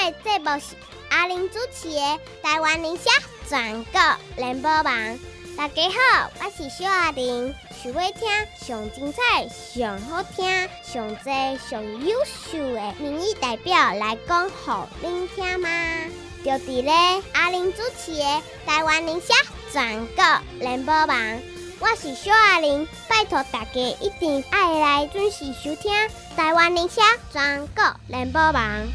的节目是阿玲主持的台湾宁夏全国联播网。大家好，我是小阿玲，想要听上精彩、上好听、上多、上优秀的民意代表来讲给您听吗？就伫咧阿玲主持的台湾宁夏全国联播网。我是小阿玲，拜托大家一定要来准时收听台湾宁夏全国联播网。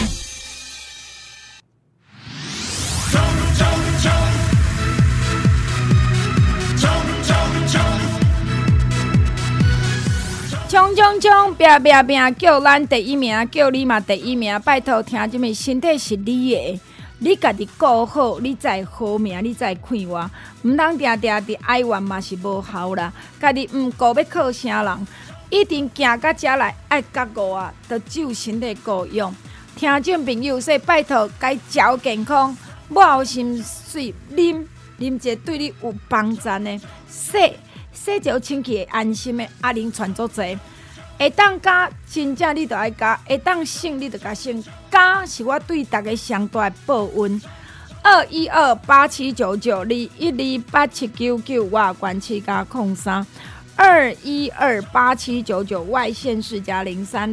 冲冲冲！拼拼拼！叫咱第一名，叫你嘛第一名！拜托，听这么身体是你的，你家己顾好，你才好命，你才快活。唔通定定伫哀怨嘛是无效啦。家己唔顾要靠啥人，一定行到遮来爱觉悟啊，着只有身体够用。听众朋友说，拜托该照健康，抹心水啉一个对你有帮助的洗脚清气的安心的阿玲传作济，会当加真正你着爱加，会当省你着加省，加是我对大家上大的报恩。212879921287999外关7加03。2128799外县市加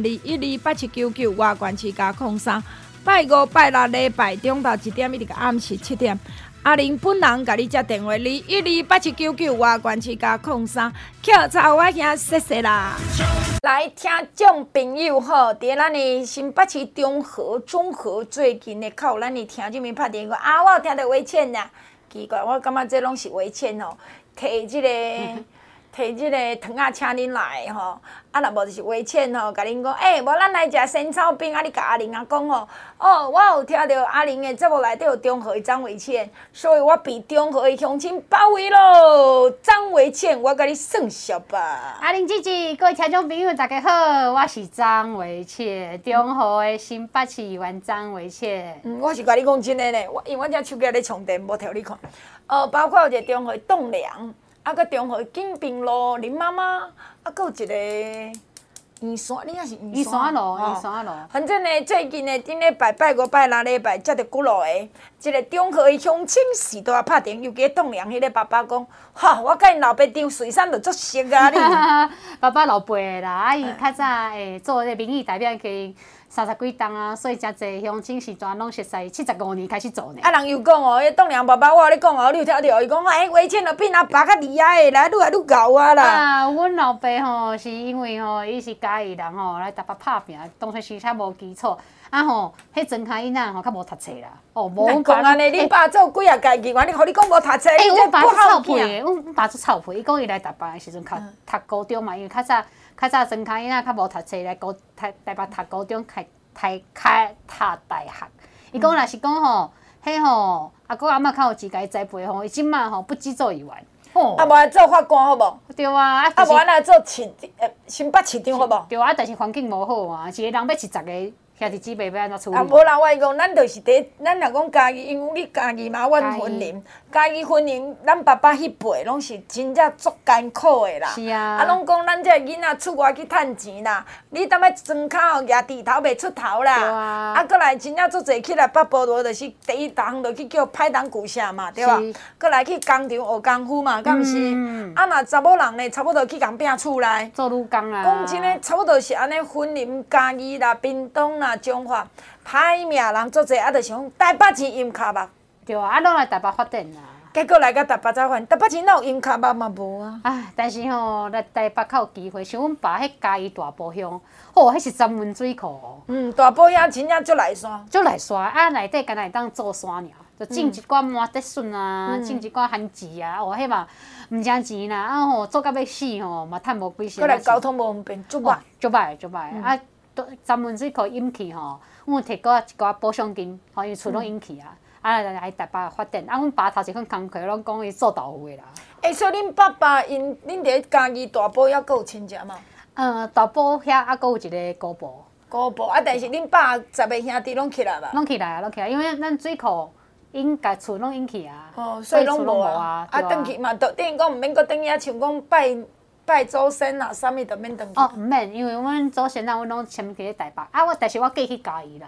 0321287999外关7加03。拜五拜六礼拜中昼1点一直到暗时7点。阿玲本人甲你接电话2128799外关7加03，捡草我兄谢谢啦。来，听众朋友好，伫咱的新北市中和最近的靠咱的听众们拍电话啊，我有听到维茜啦，奇怪，我感觉这拢是维茜吼，摕即个糖仔请恁来吼，啊，若无就是维茜吼，甲恁讲，无咱来食仙草冰，啊，你甲阿玲啊讲吼，我有听到阿玲的节目内底有中和的张维茜，所以我被中和的乡亲包围咯。张维茜，我甲你算数吧。 阿玲姐姐，各位听众朋友，大家好，我是张维茜，中和的新北市议员张维茜。 我是甲你讲真的呢，因为我这手机咧充电，无摕你看。包括有一个中和栋梁。啊，佮中和景平路林妈妈，啊，佮有一个圆山，你也是圆山路，反正呢，最近呢，顶礼拜拜五拜六礼拜，接着几路的，一个中和的乡亲时代拍电，尤其栋梁迄个爸爸讲，哈，我甲因老爸张水产就足熟啊你。 爸爸老爸的啦，啊，伊较早做迄个民意代表去。30几档啊，所以真侪乡亲时段拢熟悉，75年开始做呢。 啊，人又讲迄栋梁爸爸，我咧讲你有听到？伊讲维茜就比阿爸较厉害的，来愈来愈高啊啦。 啊，阮老爸吼是因为吼，伊是嘉义人吼，来台北拍拼，当初是较无基础，啊吼，迄庄脚囡仔吼较无读册啦。 无讲安尼，恁爸做几啊届议员，你互你讲无读册， 阮爸做臭屁的，阮爸做臭屁，伊讲伊来台北的时阵读高中嘛，因为较早庄脚囡仔较无读册，来台北读高中读大学。伊讲若是讲吼，迄吼阿公阿嬷较有钱家栽培吼，伊即马吼不止做议员。 啊，无来做法官好无？ 对啊， 啊无来做新北市长好无？ 对啊，但是环境无好啊，一个人要10个。兄弟姊妹要安怎处理？ 啊，无啦，我讲，咱就是咱若讲家己，因为你家己嘛，阮婚姻，家己婚姻，咱爸爸迄辈拢是真正足艰苦的啦。 是啊。 啊，拢讲咱这囡仔出外去趁钱啦，你当要庄脚吼举地头袂出头啦。 对啊。 啊，搁来真正足侪起来北部落，就是第一项就去叫派当旧社嘛，对吧？搁来去工厂学功夫嘛，敢毋是？啊，若查某人呢，差不多去共拼厝内做女工啊。 讲真诶，差不多是安尼，婚姻、家己啦、屏东啦。中华歹命人足侪，啊，就想台北市音卡吧。 对啊，啊，拢来台北发展啦。 结果来到台北才发现，台北市哪有音卡吧嘛无啊。 唉，但是吼，来台北较有机会，像阮爸迄嘉义大埔乡，迄是专门水库。 大埔遐真正足来山。 足来山啊，内底敢若会当做山尔，就种一寡麻竹笋啊，种一寡番薯啊，迄嘛毋挣钱啦，啊吼做到要死吼，嘛趁无几钱。 过来交通无方便，足歹。 足歹啊！专门水库引起吼，阮摕过一寡保险金，吼，因为厝拢引起啊，来台北发展。啊，阮爸头一份工课拢讲伊做豆腐的啦。 所以恁爸爸恁伫嘉义大埔遐阁有亲戚嘛？ 大埔遐啊，阁有一个高埔。 高埔啊，但是恁爸10个兄弟拢起来吧？ 拢起来，因为咱水库因家厝拢引起啊。 所以拢无啊。啊，转去嘛，等于讲毋免阁转去遐像讲拜祖先啊，啥物都免转去。 毋免，因为阮祖先啊，阮拢迁去咧台北，但是我嫁去嘉义啦。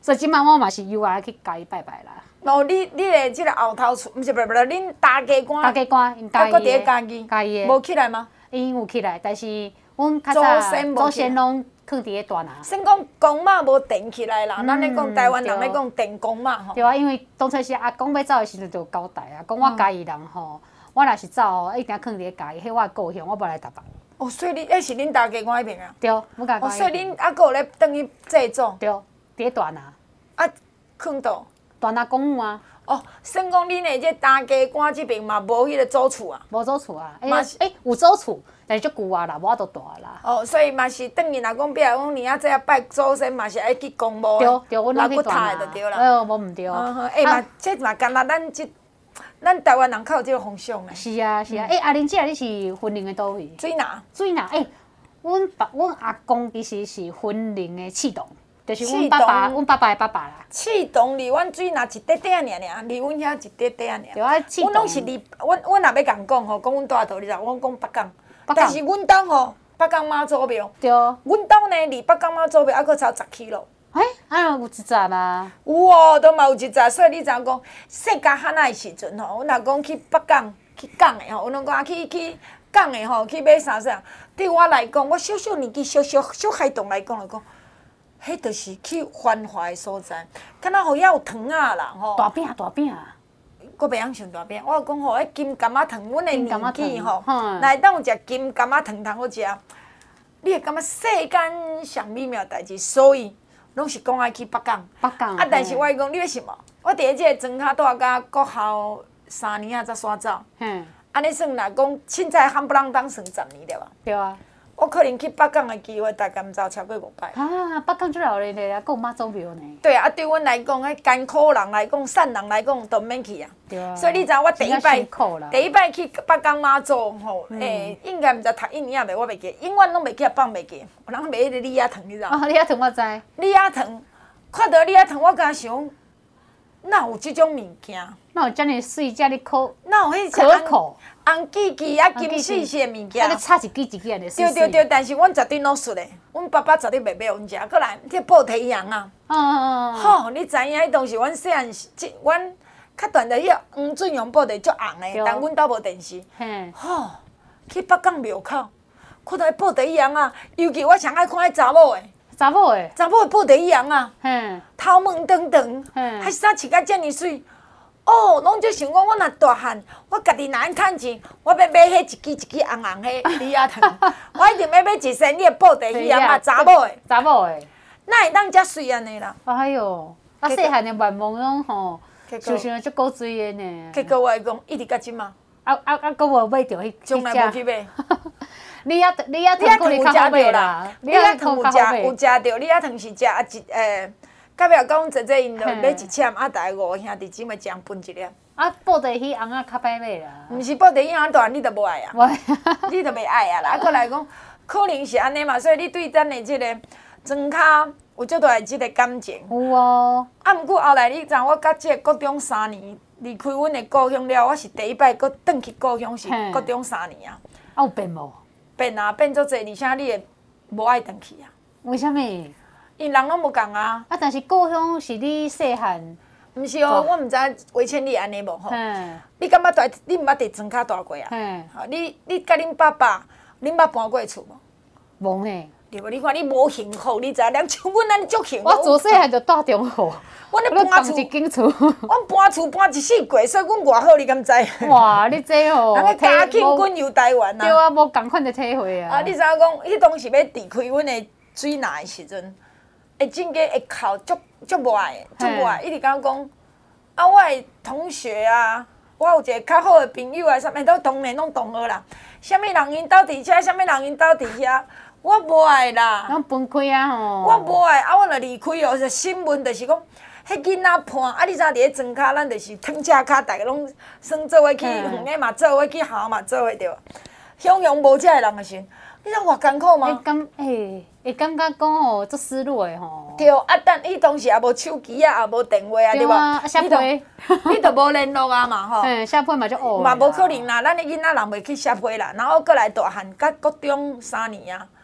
所以即摆我嘛是又来去家己拜拜啦。 哦，你的即个后头厝，毋是不，恁大家官， 大家官因家己搁伫咧家己， 家己无起来吗？ 因有起来，但是阮较早祖先拢囥伫咧大拿。 先讲公妈无电起来啦，咱咧讲台湾人咧讲电公妈吼。 对啊，因为当初是阿公要走的时阵就有交代啊，讲我家己人吼，我若是走，一定囥伫咧家己，迄我的故乡，我无来台北。 哦，所以你迄是恁大家官迄边啊？ 对，我家己。 哦，所以恁还佫有咧等于祭祖。 对，伫咧大拿。 啊，囥倒。 大拿公墓啊。 哦，算讲恁的这大家官这边嘛无迄个祖厝啊？ 无祖厝啊，有祖厝，但是足旧啊啦，无法度大啦。 哦，所以嘛是等于若讲比如讲年仔这拜祖先嘛是爱去公墓对对，阮拢去大拿就对啦。 无毋对。 嘛，这嘛干那咱台湾人较有这个风尚咧。 是啊是啊，阿玲姐你是婚龄的倒位？ 水哪？ 水哪？阮阿公其实是婚龄的刺洞。就是阮爸爸的爸爸啦。 刺洞离阮水若一点点尔，离阮遐一点点尔。 对啊，刺洞。 阮拢是离，阮若要共讲吼，讲阮大肚，你知？阮讲北港。但是阮兜吼，北港妈祖庙。 对。 阮兜呢，离北港妈祖庙还佫差10 km。 有一扎啦。 有哦，都嘛有一扎，所以你知影讲，细家汉仔的时阵吼，阮若讲去北港去港的吼，阮拢讲去港的吼，去买啥啥。对我来讲，我小年纪小孩童来讲讲。迄就是去繁华的所在，敢若互遐有糖啊啦吼。 大饼。 我袂晓想大饼，我讲吼，迄金柑仔糖，阮的年纪吼，内当有食金柑仔糖通好食。你会感觉世间上美妙代志，所以拢是讲爱去北港。啊，但是我讲，你要想无？我伫咧即个庄脚住甲国校3年啊才煞走。安尼算若讲，凊彩冚不啷当算10年对吧？ 对啊。 我可能去北港的机会，大概毋知超过5摆。 北港最热闹咧，还有妈祖庙呢。 对啊，对阮来讲，迄艰苦人来讲、善人来讲，都毋免去啊。 对啊。 所以你知我第一摆去北港妈祖吼，应该毋知读1年也袂，我袂记，永远拢袂记，放袂记。有人卖迄个李亚糖，你知？ 李亚糖我知。 李亚糖，看到李亚糖，我敢想，哪有即种物件？ 哪有遮尔水，遮尔可？ 哪有迄可口？ 红记记啊，金细细的物件。 啊，插一支安尼水。 对，但是阮绝对拢熟的。阮爸爸绝对袂买阮食，过来迄布袋羊啊。吼，你知影迄当时阮细汉时，阮较传的迄个黄俊阳布袋足红的，但阮兜无电视。吼，去北港庙口，看到迄布袋羊啊，尤其我上爱看迄查某的。查某的布袋羊啊，头毛长长，还衫穿甲遮尔水。哦，拢就想讲，我若大汉，我家己若爱趁钱，我要买迄一支红红的李亚糖，我一定要买一身你的布袋戏啊，查某的，哪会当遮水安尼啦？ 哎哟，细汉的愿望拢吼，想想足古锥的呢。 结果我会讲，一直到即嘛。 佫无买着迄从来无去买。 李亚糖有食着啦， 李亚糖有食着，李亚糖是食到尾讲姐姐因着买一签，大家5兄弟姊妹这样分一粒。 布袋戏红较歹买啦。 毋是布袋戏红大，你都无爱啊？你都袂爱啊啦！过来讲，可能是安尼嘛，所以你对咱的即个庄脚有足大的即个感情。 有哦。 毋过后来你知，我到即个国中3年离开阮的故乡了，我是第一摆搁转去故乡是国中3年啊。 有变无？ 变啊，变足侪，而且你会无爱转去啊。 为虾米？ 因人拢无共啊。 但是故乡是你细汉。 毋是哦，我毋知魏千里安尼无吼。你感觉大？你毋捌伫庄脚大过啊？你甲恁爸爸，恁捌搬过厝无？ 无呢。 对无？你看你无幸福，你知？人像阮安尼足幸福。 我自细汉就住中户。 阮咧搬厝， 一间厝。 阮搬厝搬一世过，所以阮偌好，你敢知？ 哇，你这吼。 人个家境滚游台湾啊。 对啊，无共款的体会啊。 你知影讲，迄当时要离开阮的水拿的时阵。会真个会哭，足无爱，一直甲我讲，我的同学啊，我有一个较好的朋友啊，啥物都当年拢同学啦。啥物人因兜伫遮，啥物人因兜伫遐，我无爱啦。 拢分开啊吼。 我无爱，我就离开哦。就新闻就是讲，迄囡仔判，你知伫咧庄脚，咱就是汤车骹，逐个拢算做伙去，远个嘛做伙去，校嘛做伙对。乡乡无遮个人个时，你知偌艰苦吗？ 会感觉讲吼，足失落的吼。 对，但伊当时也无手机啊，也无电话啊，对吧？ 写批， 你都无联络啊嘛，吼。 写批嘛就学。 嘛无可能啦，咱的囡仔人袂去写批啦，然后过来大汉，到国中3年啊，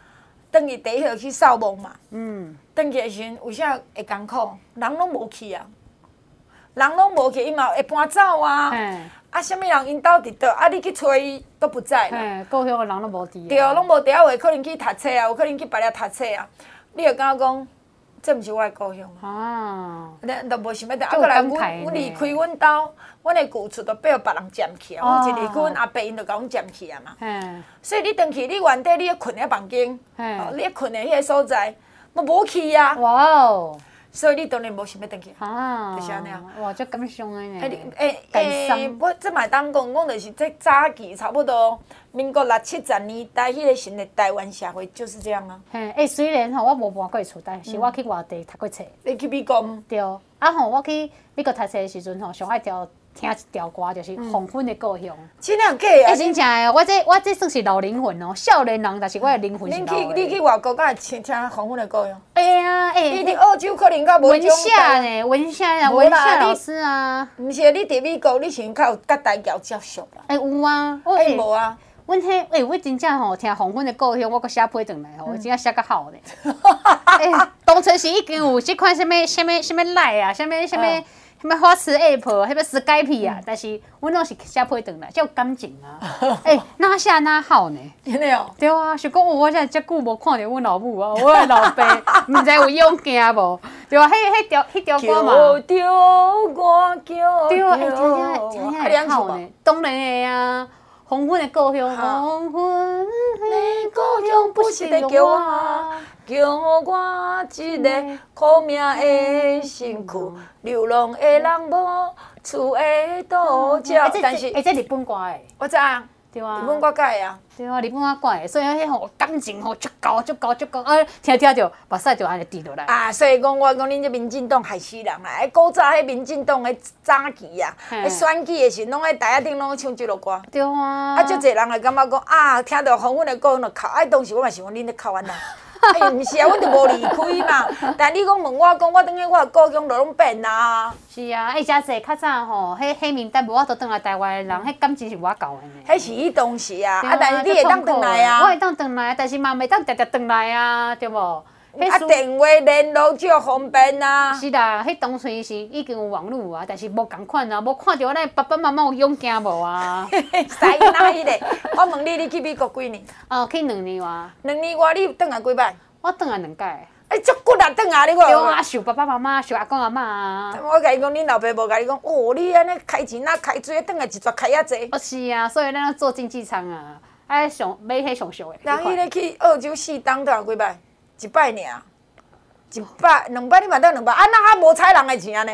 转去第一号去扫墓嘛。转去的时阵，为啥会艰苦？人拢无去啊，人拢无去，伊嘛会搬走啊。啊，什么人因兜伫倒？啊，你去找伊都不在了。 故乡的人拢无伫。 对，拢无伫啊，有可能去读册啊，有可能去别遐读册啊。你就感觉讲，这毋是我的故乡啊。咱都无想要等。啊，过来，阮离开阮兜，阮的旧厝都被别人占去啊。阮一离开阮阿伯，因就甲阮占去啊嘛。所以你转去，你原底你咧困喺房间，你咧困喺迄个所在，无去啊。哇哦！所以你当然无想要转去啊，就是安尼啊。 哇，这感伤的呢。 我这嘛当讲，讲就是这早期差不多民国60、70年代迄个时的台湾社会就是这样啊。 虽然吼我无搬过厝，但是我去外地读过册。 你去美国？ 对，啊吼，我去美国读册的时阵吼，上爱听一条歌，就是《黄昏的故乡》。 真的假啊？ 真正的，我这算是老灵魂哦，少年人，但是我的灵魂是老的。 你去外国，敢会听《黄昏的故乡》？ 你伫澳洲可能较无文夏呢？文夏老师啊。 毋是，你伫美国，你像较有甲台侨接触啦。 有啊。 无啊。 阮迄我真正吼听《黄昏的故乡》，我阁写批转来吼，我真正写较好呢。当初是已经有即款什么 Line 啊，什么花痴 App， 什么 Skype 啊，但是阮拢是写批转来，才有感情啊。哪写哪好呢？ 真的哦。 对啊，想讲我现在遮久无看到阮老母啊，我的老爸，毋知有勇行无？对啊，迄条歌嘛。 叫着我叫着。 对啊，听会好呢。当然的啊。黄昏的故乡，黄昏的故乡不是在叫我， 叫我一个苦命的身躯，流浪的人无厝的倒脚。 但是，这日本歌的， 我知啊， 对啊， 日本歌改的啊， 对啊，日本歌改的，所以迄吼感情吼足高，听着目屎就安尼滴落来。 啊，所以讲我讲恁这民进党害死人啦！古早迄民进党的早期啊，选举的时拢喺台仔顶拢唱这首歌。 对啊。 啊，足侪人会感觉讲啊，听到黄昏的故乡就哭。当时我嘛想讲恁咧哭安那。毋是啊，阮就无离开嘛。但你讲问我讲，我等于我的故乡就拢变啊。 是啊，遮济较早吼，迄名单无法度转来台湾的人，迄感情是我教的呢。 迄是伊当时啊，但是你会当转来啊。 我会当转来，但是嘛袂当直转来啊，对无？ 电话联络就方便啊。 是啦，迄当时是已经有网络啊，但是无共款啊，无看到咱爸爸妈妈有勇敢无啊？ 使哪迄个？我问你，你去美国几年？ 去2年哇。 2年外，你转来几摆？ 我转来2届。 足骨力转啊！你看。 对啊，受爸爸妈妈，受阿公阿嬷啊。 我甲伊讲，恁老爸无甲你讲，你安尼开钱啊，开水转来一撮开遐济。 是啊，所以咱要做经济舱啊，买迄上俗的。 人迄个去澳洲4档转来几摆？1摆尔。1摆、2摆，你嘛转2摆，那还无采人的钱安尼，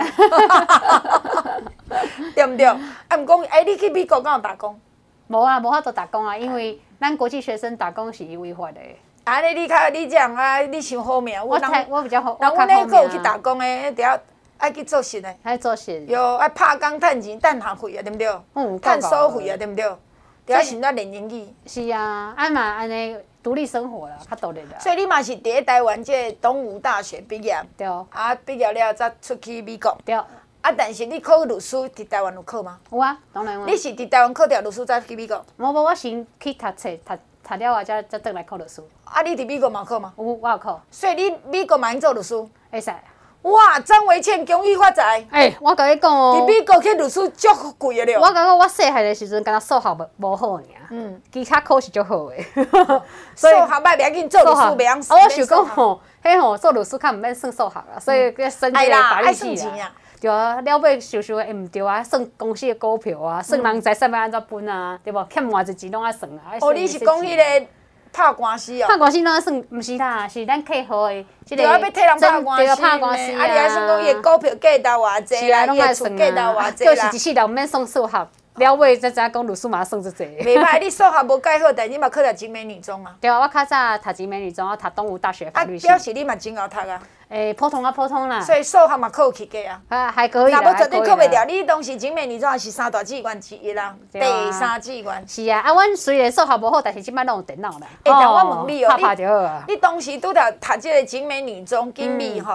对毋对？毋讲，你去美国敢有打工？ 无啊，无法度打工啊，因为咱国际学生打工是违法的。 安尼你这样啊，你伤好命。 我比较好， 人阮迄个有去打工的，一定爱去做实的。 爱做实。 哟，爱拍工趁钱，趁学费啊，对毋对？趁收费啊，对毋对？要先在练英语。 是啊，嘛安尼独立生活啦，较独立啦。 所以你嘛是伫台湾这东吴大学毕业。 对。 啊，毕业了才出去美国。 对。 啊，但是你考律师伫台湾有考吗？ 有啊，当然有。 你是伫台湾考掉律师才去美国？ 无，我先去读册，读了后才转来考律师。 啊，你伫美国嘛有考吗？ 有，我有考。 所以你美国嘛用做律师？ 会使。 哇，张维倩恭喜发财！ 我甲你讲哦， 伫美国去律师足贵的了。 我感觉我细汉的时阵，敢若数学无好尔，其他考是足好的。 数学歹袂要紧，做律师袂用。 我想讲吼，迄吼做律师较毋免算数学啦，所以升这个法律系啦。对啊，了尾想想诶，毋对啊，算公司的股票啊，算人财产要安怎分啊，对无？欠偌济钱拢爱算啊。 你是讲迄个？拍官司哦， 拍官司哪算？毋是啦，是咱客户的即个。 对啊，要替人拍官司呢。啊，你还算讲伊的股票价值偌济啦，伊的厝价值偌济啦。 就是一世人毋免算数学，了尾才知影讲律师嘛算足济。 袂歹，你数学无介好，但你嘛考了景美女中啊。 对啊，我较早读景美女中，我读东吴大学法律系。 表示你嘛真会读啊。 普通啦。 所以数学嘛考起价啊。还可以啦。 若无绝对考袂掉，你当时景美女中也是3大志愿之一啦，第3志愿。 是啊，阮虽然数学无好，但是即摆拢有电脑啦。 但我问你哦， 拍就好啊。 你当时拄读这个景美女中景美吼，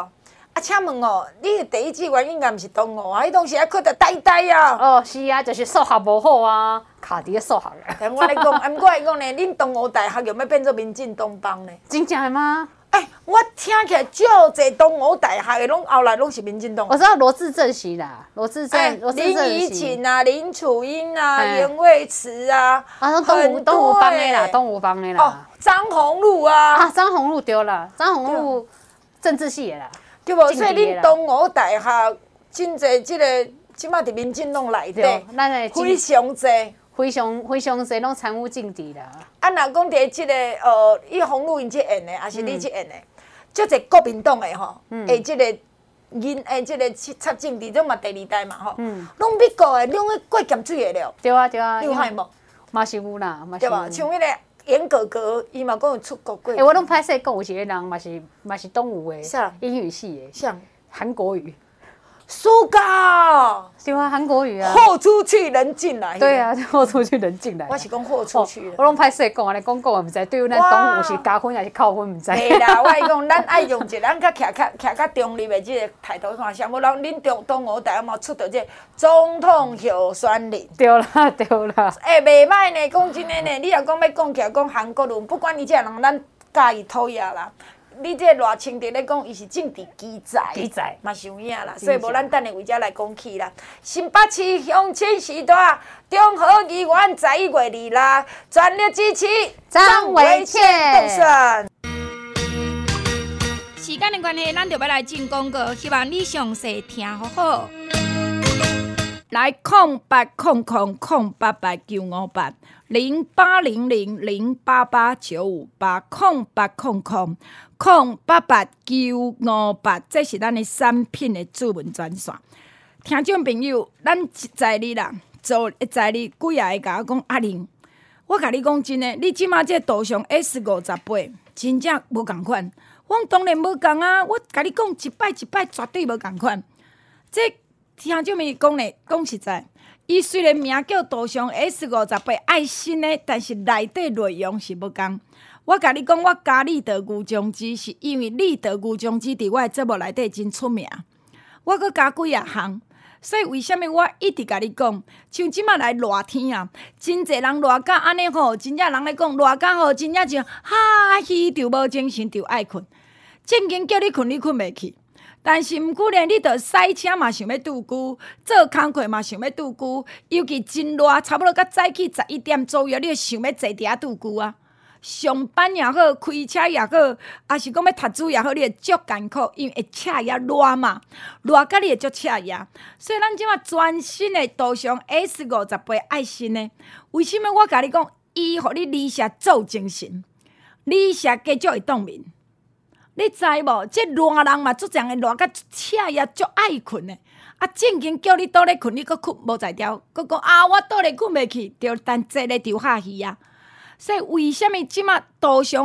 请问哦，你的第一志愿应该毋是同学啊？迄当时还考得呆呆啊。 哦，是啊，就是数学无好啊，卡伫咧数学啊。 但我来讲，毋过来讲呢，恁东吴大学又要变做民进东帮呢？ 真正的吗？ 我听起来足侪东吴大学的拢后来拢是民进党。 我知道罗志正是啦，罗志正林怡晴啊，林楚英啊，严惠慈啊， 东吴帮的啦，东吴帮的啦。哦， 张宏禄啊， 张宏禄对啦，张宏禄政治系的啦， 对无？所以恁东吴大学真侪即马伫民进党内底，非常侪。 非常侪拢参与政治啦。 若讲伫即个伊洪路因即演的，还是你即演的，足侪国民党的吼，即个即个插政治，这嘛第二代嘛吼，拢美国的，拢去过咸水的了。 对啊对啊， 你有看无？ 嘛是有啦，嘛是有。对吧？像迄个严哥哥，伊嘛讲有出国过。 我拢歹势讲有一个人嘛是东吴的，英语系的， 像韩国语。 苏高， 对啊，韩国语啊， 豁出去人进来。 对啊，豁出去人进来。 我是讲豁出去。 我拢歹势讲，安尼讲也毋知，对于咱东吴是加分还是扣分，毋知。 对啦，我是讲，咱爱用一个，咱较徛较中立的即个态度看，像无人恁东吴大学嘛出到即总统候选人。 对啦，对啦。 袂歹呢，讲真诶呢，你若讲要讲起来讲韩国人，不管伊即个人，咱介意讨厌啦。你这偌清楚咧讲，伊是政治奇才，嘛是有影啦，所以无咱等下为遮来讲起啦。新北市乡亲时代中和议员11月2日全力支持张维倩当选。 时间的关系，咱就要来进广告，希望你详细听好好。 来0800088958 0800088958，0800088958，这是咱的产品的主文专线。听众朋友，咱在你啦，做在你几啊个甲我讲阿玲，我甲你讲真诶，你即马这图上 S58，真正无共款。我当然无共啊，我甲你讲一摆绝对无共款。这听众朋友讲咧，讲实在，伊虽然名叫图上 S58爱心诶，但是内底内容是无共。我甲你讲，我加立德牛中枝，是因为立德牛中枝伫我诶节目内底真出名。我搁加几啊项，所以为虾米我一直甲你讲，像即马来热天啊，真侪人热甲安尼吼，真正人咧讲热甲吼，真正就虚着无精神，着爱困。正经叫你困，你困袂去。但是毋过呢，你着驶车嘛想要拄久，做工课嘛想要拄久，尤其真热，差不多到早起11点左右，你就想要坐伫遐拄久啊。上班也好，开车也好，还是讲要读书也好，你会足艰苦，因为会赤也热嘛，热甲你会足赤也。所以咱即马全新的图上 S58爱心呢，为什么我甲你讲，伊互你理写做精神，理写继续会动面。你知无？这热人嘛，足强的热甲赤也足爱困的。啊，正经叫你倒咧困，你搁困无在调，搁讲我倒咧困袂去，着等坐咧就下去啊。所以为虾米即马图上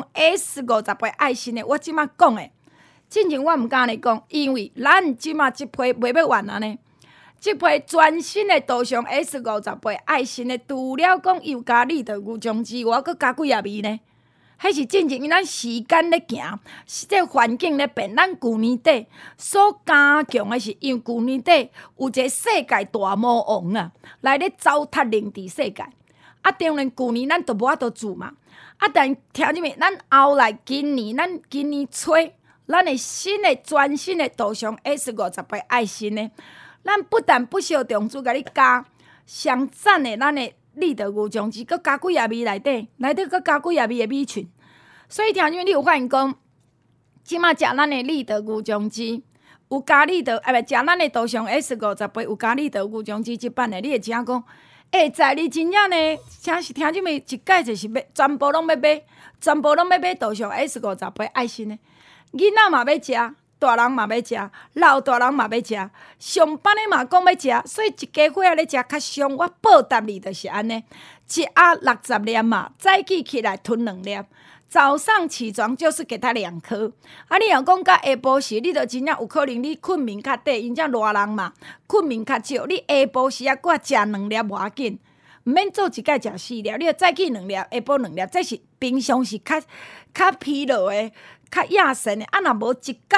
S58爱心的，我即马讲的，之前我毋敢咧讲，因为咱即马即批袂要完啊呢。即批全新的图上 S58爱心的，除了讲又加立德牛中枝，我搁加几啊味呢？迄是正经，因咱时间咧行，这环境咧变。咱旧年底所加强的是，因为旧年底有一个世界大魔王啊，来咧糟蹋灵伫世界。啊，当然旧年咱都无法度做嘛。啊，但听什么？咱后来今年初，咱的新的全新的图上 S58爱心呢，咱不但不惜重注甲你加上赞的咱的立德牛中枝，佮加几啊味内底佮加几啊味的米群。所以听因为你有发现讲，即马食咱的立德牛中枝，有加立德，食咱的图上 S58有加立德牛中枝即版的，你会知影讲。在你真正呢，真是听即么一届就是要全部拢要买，全部拢要买图上 S58爱心的。囡仔嘛要食，大人嘛要食，老大人嘛要食，上班的嘛讲要食，所以一家伙仔咧食较伤。我报答你就是安尼，一盒60粒嘛，早起起来吞2粒。早上起床就是给他2颗，啊！你若讲到下晡时，你就真正有可能你困眠较短，因遮热人嘛，困眠较少。你下晡时啊，搁食2粒无要紧，毋免做一届食4粒，你就早起2粒，下晡2粒，这是平常是较疲劳的、较亚神的。啊，若无一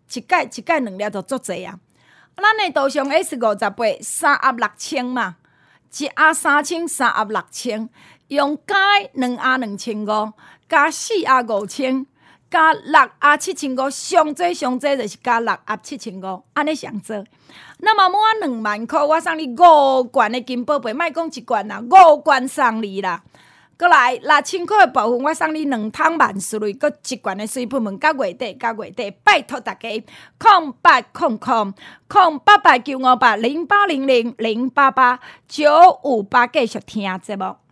一届2粒就足济啊。咱的图上 S58 3盒6000嘛，1盒3000，3盒6000，用加2盒2500，加4盒5000，加6盒7500，上济就是加6盒7500，安尼上做。那么满2万块，我送你5罐的金宝贝，莫讲1罐啦，5罐送你啦。过来6000块的部分，我送你2桶万事类，搁1罐的水喷门，到月底，拜托大家0800-958-0800-0888继续听节目。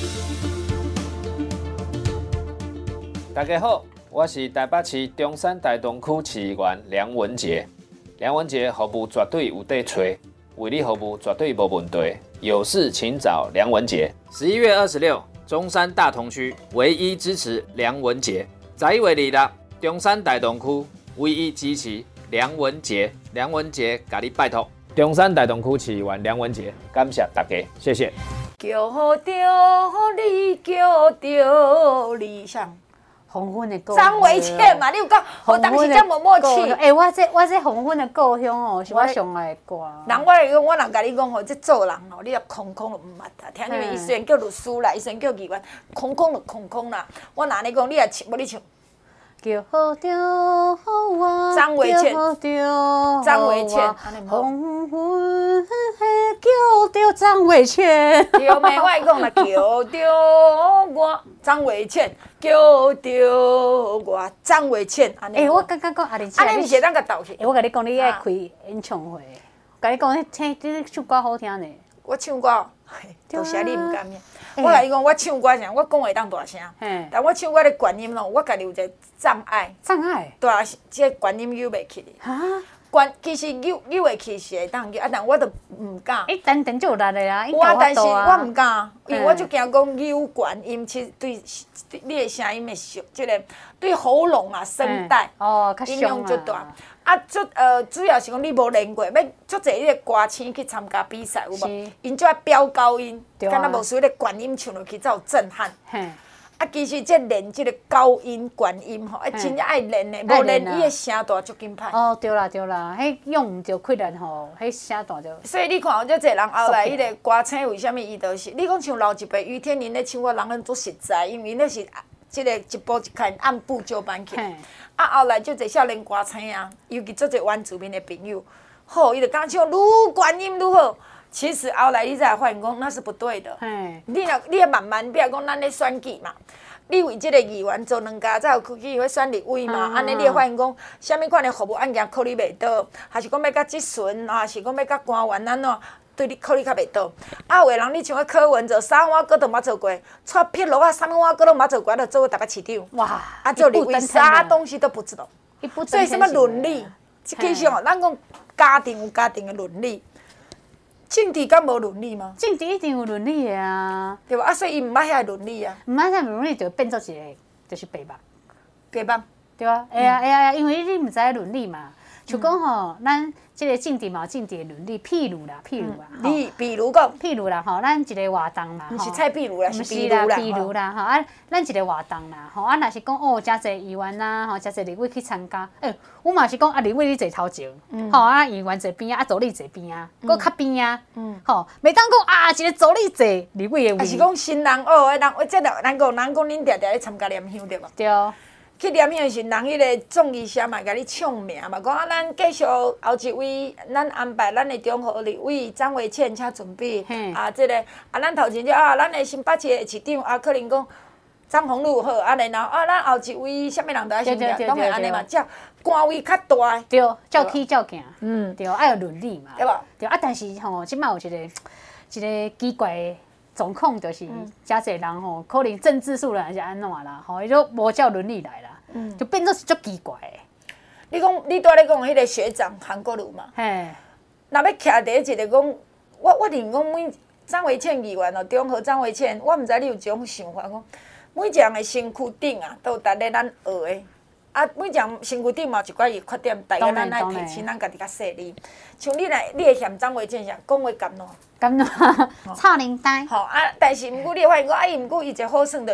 大家好，我是台北市中山大同区市议员梁文杰。梁文杰服务绝对有得找，为你服务绝对无问题。有事请找梁文杰。11月26。中山大同区唯一支持梁文杰，11月26，中山大同区唯一支持梁文杰。梁文杰，甲你拜托。中山大同区市议员梁文杰，感谢大家，谢谢。 叫着你，叫着理想。 黄昏的故张维倩嘛，你有讲，我当时这么默契。 我这黄昏的故乡哦，是我上爱的歌。 人我来讲，我若甲你讲吼，这做人吼，你也空空就唔捌啦。听因为伊虽然叫律师啦，伊虽然叫议员，空空就空空啦。我若安尼讲，你也唱，无你唱。 叫着我， 张维倩，张维倩， 黄昏叫着张维倩。 对咩？我讲啦，叫着我，张维倩，叫着我，张维倩。安尼。 我感觉讲阿玲姐， 安尼毋是当甲斗去。 我甲你讲，你爱开演唱会，甲你讲，听这首歌好听呢。 我唱歌，到时你毋甘咩？我甲你讲，我唱歌啥？我讲话当大声，但我唱歌咧观音咯，我家己有一个障碍。 障碍？ 对啊，即观音扭袂起哩。 哈？ 其实扭会起是会当扭，但我都毋敢。 等就有力的啊！ 我但是我毋敢，因为我就惊讲扭观音，其实对你的声音的即个对喉咙啊、声带影响足大。啊，主要是讲你无练过，要足侪迄个歌星去参加比赛，有无？因就要飙高音，敢若无属迄个观音唱落去才有震撼。啊，其实这练这个高音、管音吼，真正爱练的，无练伊的声大足紧歹。 哦，对啦，迄用毋着气力吼，迄声大就。 所以你看，有遮侪人后来迄个歌星为虾米伊就是，你讲像老一辈于天林咧唱歌，人很足实在，因为那是即个一步一看按部就班去。啊，后来足侪少年歌星啊，尤其足侪原住民的朋友，吼，伊就讲唱愈管音愈好。其实后来你才发现讲那是不对的。你要慢慢，比如讲咱咧选举嘛，你为即个议员做2家，才有去机会选立委嘛。安尼你会发现讲，啥物款的服务案件处理袂到，还是讲要甲质询，还是讲要甲官员安怎对你处理较袂到。啊，有的人你像个柯文哲，3碗糕都冇做过，出纰漏啊，3碗糕都冇做过，就做台北市长。哇！啊，做立委啥东西都不知道。所以什么伦理？其实哦，咱讲家庭有家庭的伦理。政治敢无伦理吗？ 政治一定有伦理的啊， 对吧？啊，所以伊毋捌遐伦理啊。 毋捌遐伦理，就变做一个，就是白目。 白目， 对啊，会啊，因为你毋知伦理嘛。像讲吼，咱即个政治嘛，政治的伦理，譬如啦， 你比如讲， 譬如啦，吼，咱一个活动嘛， 毋是蔡譬如啦，是譬如啦，吼啊，咱一个活动啦，吼啊，若是讲哦，诚侪议员啦，吼，诚侪立委去参加，我嘛是讲啊，立委你坐头前，吼啊，议员坐边啊，助理坐边啊，搁较边啊，吼，袂当讲啊，一个助理坐立委的位。 啊是讲新人哦，人即个人讲恁定定咧参加联香对无？ 对。 去念迄个时，人迄个总医生嘛，甲你唱名嘛，讲啊，咱继续后一位，咱安排咱的中和立委张维倩，请准备啊，即个啊，咱头前就啊，咱的新北市的市长啊，可能讲张宏禄好，啊，然后啊，咱后一位啥物人都爱先名，拢会安尼嘛，只官位较大。 对，照起照行，对，爱有伦理嘛， 对吧？ 对啊，但是吼，即摆有一个奇怪的状况，就是诚侪人吼，可能政治素人还是安怎啦，吼，伊就无照伦理来啦。就变做是足奇怪的。 你讲，你拄咧讲迄个学长韩国瑜嘛？ 嘿。 若要徛第一个讲，我认讲每张维倩议员哦，中和张维倩，我毋知你有一种想法讲，每一个人的身躯顶啊，都有值咧咱学的。啊，每一个人身躯顶嘛有一寡伊缺点，大家咱爱提醒咱家己较细腻。像你会嫌张维倩啥讲话甘软？ 甘软，臭奶呆。 吼啊！但是毋过你会发现讲，伊毋过伊一个好耍，就是伊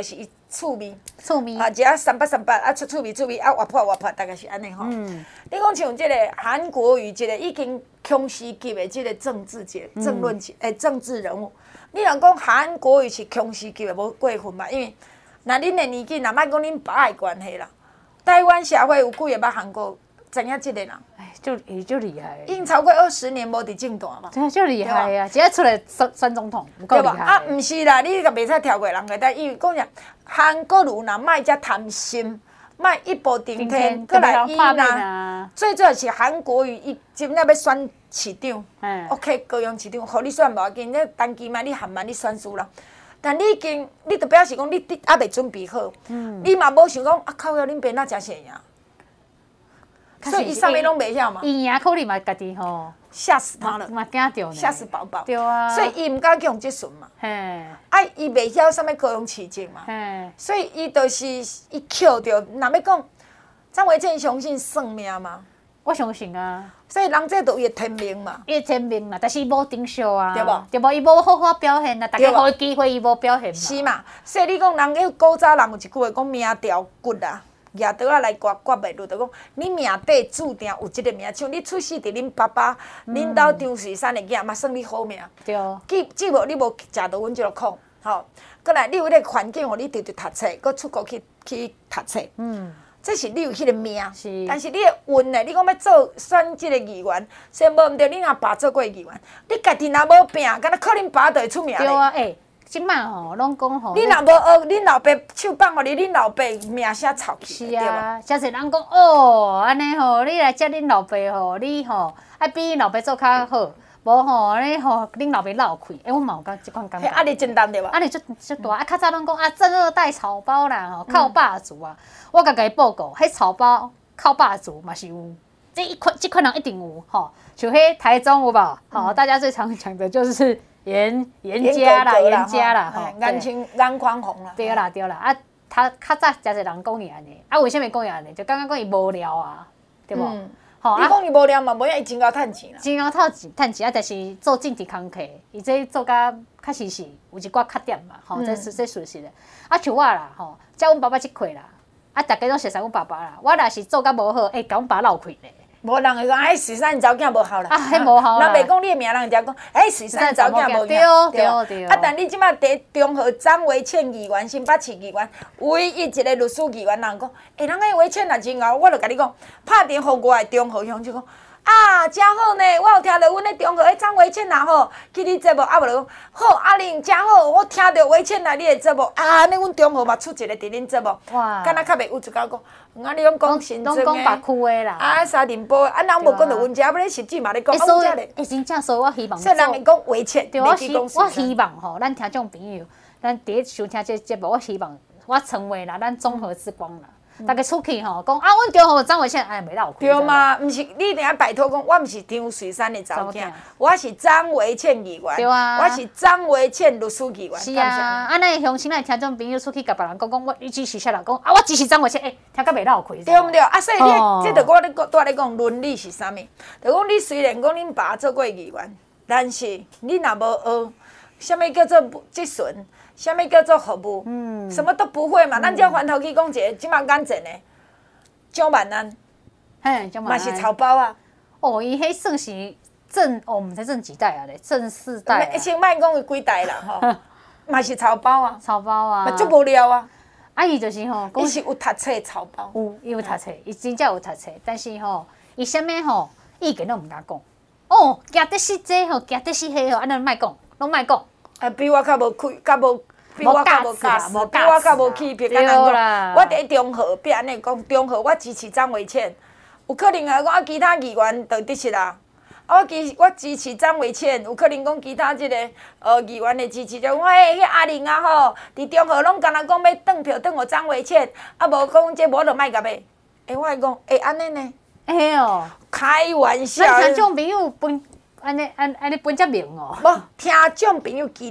趣味。 醋米啊，一啊300啊，趣味啊，活泼，大概是安尼吼。你讲像即个韩国瑜，即个已经强势级的即个政治政治人物，你若讲韩国瑜是强势级的，无过分嘛？因为若恁的年纪，若莫讲恁爸的关系啦，台湾社会有几个捌韩国知影即个人？ 哎，就厉害已经超过20年无伫政坛嘛。 对，就厉害啊！直接出来选总统，有够厉害。 啊，毋是啦，你个袂使跳过人个代，因为讲啥，韩国瑜若莫遮贪心，莫一步登天，过来伊呐。最主要是韩国瑜，伊今仔要选市长，OK，高雄市长，互你选无要紧，你单期嘛，你含慢你选输啦。但你已经，你就表示讲你还袂准备好，你嘛无想讲啊靠腰，恁爸哪真会赢？所以伊啥物拢袂晓嘛。 伊赢可能嘛家己吼吓死他了， 嘛惊着呢。 吓死宝宝。 对啊。 所以伊毋敢去用即阵嘛。 嘿。 啊，伊袂晓啥物高雄市政嘛。 嘿。 所以伊就是伊捡着，若要讲张维健相信算命嘛？ 我相信啊。 所以人这都伊的天命嘛。 伊的天命啦，但是伊无顶数啊。 对无？ 对无？伊无好好表现啊，大家互伊机会，伊无表现嘛。 是嘛？所以你讲人迄古早人有一句话讲命条骨啊。举刀啊来刮袂入，就讲你命底注定有即个命，像你出世伫恁爸爸、恁兜张水山的囝，嘛算你好命。 对。 只无你无食到阮即个苦，吼。过来，你有迄个环境，互你直直读册，搁出国去读册。这是你有迄个命。 是。 但是你的运呢？你讲要做选即个议员，先无毋对，恁阿爸做过议员，你家己若无拼，敢若靠恁爸就会出名咧。 对啊，即摆吼，拢讲吼。 你若无学，恁老爸手放互你，恁老爸名声臭去， 是啊，诚侪人讲哦，安尼吼，你来接恁老爸吼，你吼爱比恁老爸做较好，无吼安尼吼，恁老爸闹气。我嘛有即款感觉。 压力真重对吧？ 压力足大，较早拢讲啊，正二代草包啦，吼，靠霸主啊。我甲伊报告，迄草包靠霸主嘛是有，即款人一定有吼。像迄台中有无？吼，大家最常讲的就是。严家啦，吼， 眼眶红啦。 对啦，啊，他较早诚侪人讲伊安尼，啊，为什么讲伊安尼？就感觉讲伊无聊啊，对无？ 吼，你讲伊无聊嘛，无影伊真够趁钱啦。 真够趁钱啊，但是做政治工课，伊这做甲确实是有一寡缺点嘛，吼，这事实的。啊，像我啦，吼，照阮爸爸即块啦，啊，大家拢熟悉阮爸爸啦，我若是做甲无好，甲阮爸闹气咧。 无人会讲，水产查某囝无效啦。 啊，迄无效啦。 人袂讲你的名，人就讲，水产查某囝无效。对。 啊，但你即摆伫中和张维倩议员、新北市议员，唯一一个律师议员，人讲，人迄维倩若真后，我就甲你讲，拍电互我的中和乡就讲。啊，真好呢！我有听到阮咧中和迄张维倩啦吼，去你节目啊，无就讲好，阿玲真好，我听到维倩来你的节目啊，安尼阮中和嘛出一个伫恁节目，敢若较袂有一讲讲，你拢讲新庄的，拢讲别区的啦， 啊沙林波，啊人无讲到阮遮，要咧实际嘛咧讲， 所以真正所以我希望， 所以人会讲维倩， 我希望吼，咱听众朋友，咱第一收听这节目，我希望我成为啦，咱综合之光啦。大家出去吼，讲啊，阮中和张维倩袂闹气。 对嘛，毋是你一定要拜托讲，我毋是张水山的查某囝，我是张维倩议员， 对啊， 我是张维倩律师议员。 是啊，啊，咱乡亲咱听众朋友出去甲别人讲，我支持啥人讲啊，我支持张维倩，听甲袂闹气。 对毋对？啊，所以你这着我咧拄仔咧讲伦理是啥物？就讲你虽然讲恁爸做过议员，但是你若无学，啥物叫做质询？啥物叫做服务？什么都不会嘛。咱只要翻头去讲一个，即马眼前的蒋万安，嘛是草包啊。 哦，伊迄算是毋知正几代啊咧，正四代。 先莫讲伊几代啦吼，嘛是草包啊。 草包啊。 嘛足无聊啊。 啊，伊就是吼， 伊是有读册草包。 有读册，伊真正有读册，但是吼，伊啥物吼意见拢毋敢讲。哦，行得是这吼，行得是迄吼，安尼莫讲，拢莫讲。 比我较无气，较无。比我较无架势，比我较无气魄，敢若讲，我伫中和，必安尼讲，中和我支持张维倩，有可能啊，我其他议员就得失啦。我支持张维倩，有可能讲其他即个议员的支持者，我迄阿玲啊吼，伫中和拢敢若讲要转票转互张维倩，啊无讲这无就莫甲买。我会讲，安尼呢？ 哦， 开玩笑。 咱听众朋友分安尼分遮明哦。 无听众朋友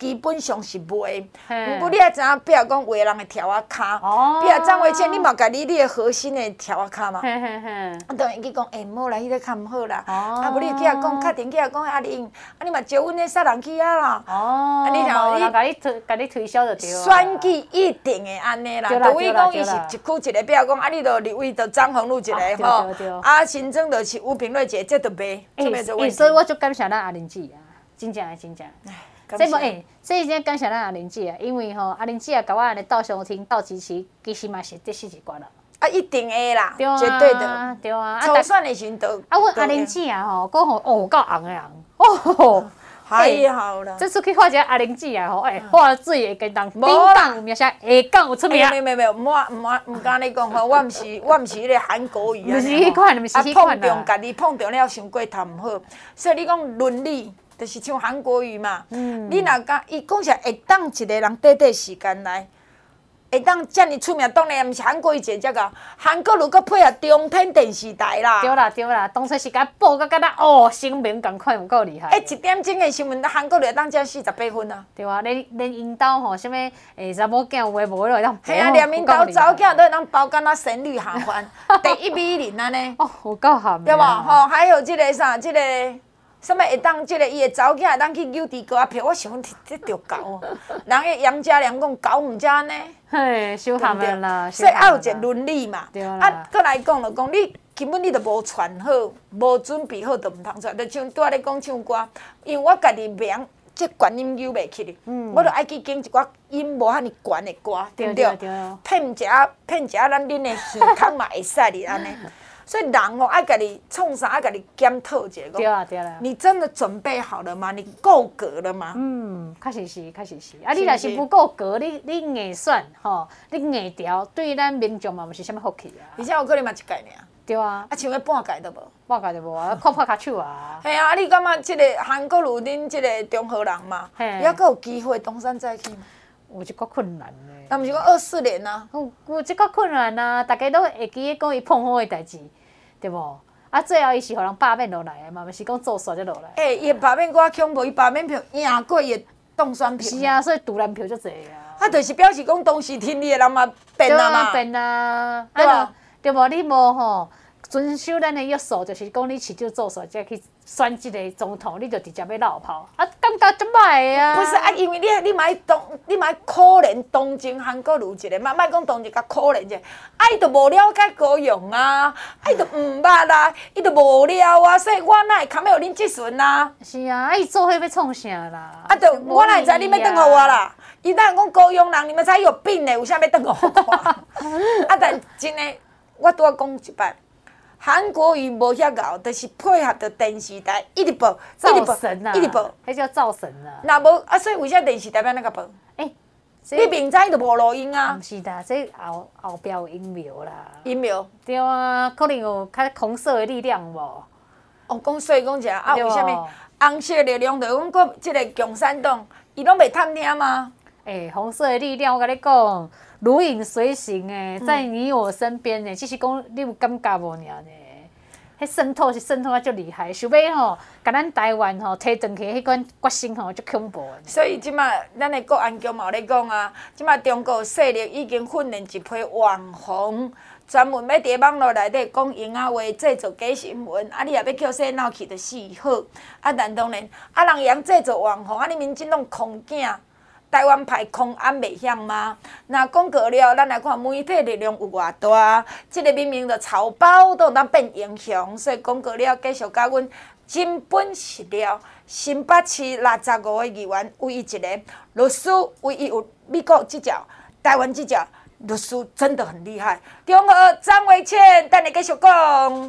基本上是袂。毋过你也知影，比如讲有的人会跳啊骹，比如张维倩，你嘛家你的核心会跳啊骹嘛。当然去讲，毋好啦，迄个较毋好啦。无你去讲，确定去讲阿玲，你嘛招阮迄杀人去啊啦。 你听，甲你推销就对啊。 选举一定会安尼啦，除非讲伊是一区一个，比如讲你就立委就张宏禄一个吼，新增就是吴平瑞一个，这就袂。 所以我就感谢咱阿玲姐啊，真正。这无这真感谢咱阿玲姐啊，因为阿玲姐甲我安尼斗相听斗支持，其实嘛是得死一关啦。 一定会啦，绝对的。 对啊， 初选的时阵都。 阮阿玲姐啊吼，讲有够红的人哦。 还好啦。 这次去画一个阿玲姐啊吼，画水会跟当叮当有名声，下港有出名。 没有，唔敢你讲吼，我毋是迄个韩国语啊。 毋是迄款，毋是迄款啦。 碰中家己碰中了，伤过头毋好。所以你讲伦理，就是像韩国语嘛。你若讲伊讲是会当一个人短时间来。会当遮尔出名，当然毋是韩国语一只个，韩国如果配合中天电视台啦。 对啦，当初是甲报甲咱新闻共款有够厉害。 1点钟的新闻，韩国就会当遮48分啊。 对啊，连因兜吼，啥物查某囝有诶无咧，当。 系啊，连因兜查某囝都会当包敢若神女下凡，第1美人安尼。 有够含。 对无？吼，还有即个啥，即个。什物会当即个伊的查某囝会当去扭猪膏啊票？我想讲这着狗哦，人个杨家良讲狗毋才安尼， 嘿，伤含的啦。 所以爱有一个伦理嘛。 啊， 搁来讲就讲，你根本你着无传好，无准备好，就毋通出来。就像拄仔咧讲唱歌，因为我家己名即悬音扭袂起哩，我着爱去拣一寡音无遐尼悬的歌，对毋对？骗一下咱恁的耳孔嘛会使哩安尼。所以人哦，爱家己创啥，爱家己检讨一下。 对啦。 你真的准备好了吗？你够格了吗？ 确实是。啊，你若是不够格，你硬选吼，你硬调，对咱民众嘛，毋是啥物福气啊。 而且有可能嘛一届尔。 对啊。 啊，像迄半届都无。 半届都无啊，看拍骹手啊。 系啊，你感觉即个韩国有恁即个中和人嘛？抑阁有机会东山再起吗？ 有一个困难嘞。 那毋是讲24年啊？ 有一个困难啊，大家都会记讲伊碰好的代志。对无？啊，最后伊是互人罢免落来的嘛，毋是讲做煞才落来。 伊罢免我恐怖，伊罢免票赢过伊的当选票。 是啊，所以独揽票足侪啊。 啊，就是表示讲当时听你的人嘛变啊嘛。 变啊，对无？你无吼遵守咱的约束，就是讲你市长做煞才去选即个总统，你就直接要落跑，啊，感觉足歹啊。 不是啊，因为你嘛可怜当今韩国有一个，莫讲当今较可怜者，伊就无了解高雄啊，伊就毋捌啦，伊就无聊啊，所以我哪会堪要恁即阵啊？ 是啊，伊做伙要创啥啦？ 啊，就我哪会知恁要转互我啦？伊当然讲高雄人，你们才有病呢，有啥要转互我？啊，但真诶，我拄仔讲一摆。韩国语无遐敖，就是配合着电视台一直报， 造神啊， 一直报， 迄叫造神啊。 若无啊，所以为啥电视台要那个报？你明知就无录音啊？ 毋是啦，这后壁有阴谋啦。 阴谋？ 对啊，可能有较红色的力量无？ 讲所以讲一下啊，为虾米红色的力量？就讲过即个共产党，伊拢袂探听吗？ 红色的力量，我甲你讲。如影随形诶，在你我身边诶，只是讲你有感觉无尔呢？迄渗透是渗透啊，足厉害，想要吼，甲咱台湾吼提转去迄款决心吼，足恐怖。 所以即马咱的国安局嘛有咧讲啊，即马中国势力已经训练一批网红，专门要伫网络内底讲闲话话，制作假新闻，啊，你也要叫洗脑去就死好。啊，但当然，啊，人用制作网红，啊，你民进党空囝。台湾派空安袂晓吗？那讲过了，咱来看媒体力量有偌大，即个明明就草包都有当变英雄，所以讲过了，继续甲阮真本实料，新北市65个议员唯一一个律师，唯一有美国执照、台湾执照，律师真的很厉害。中和张维倩，等你继续讲。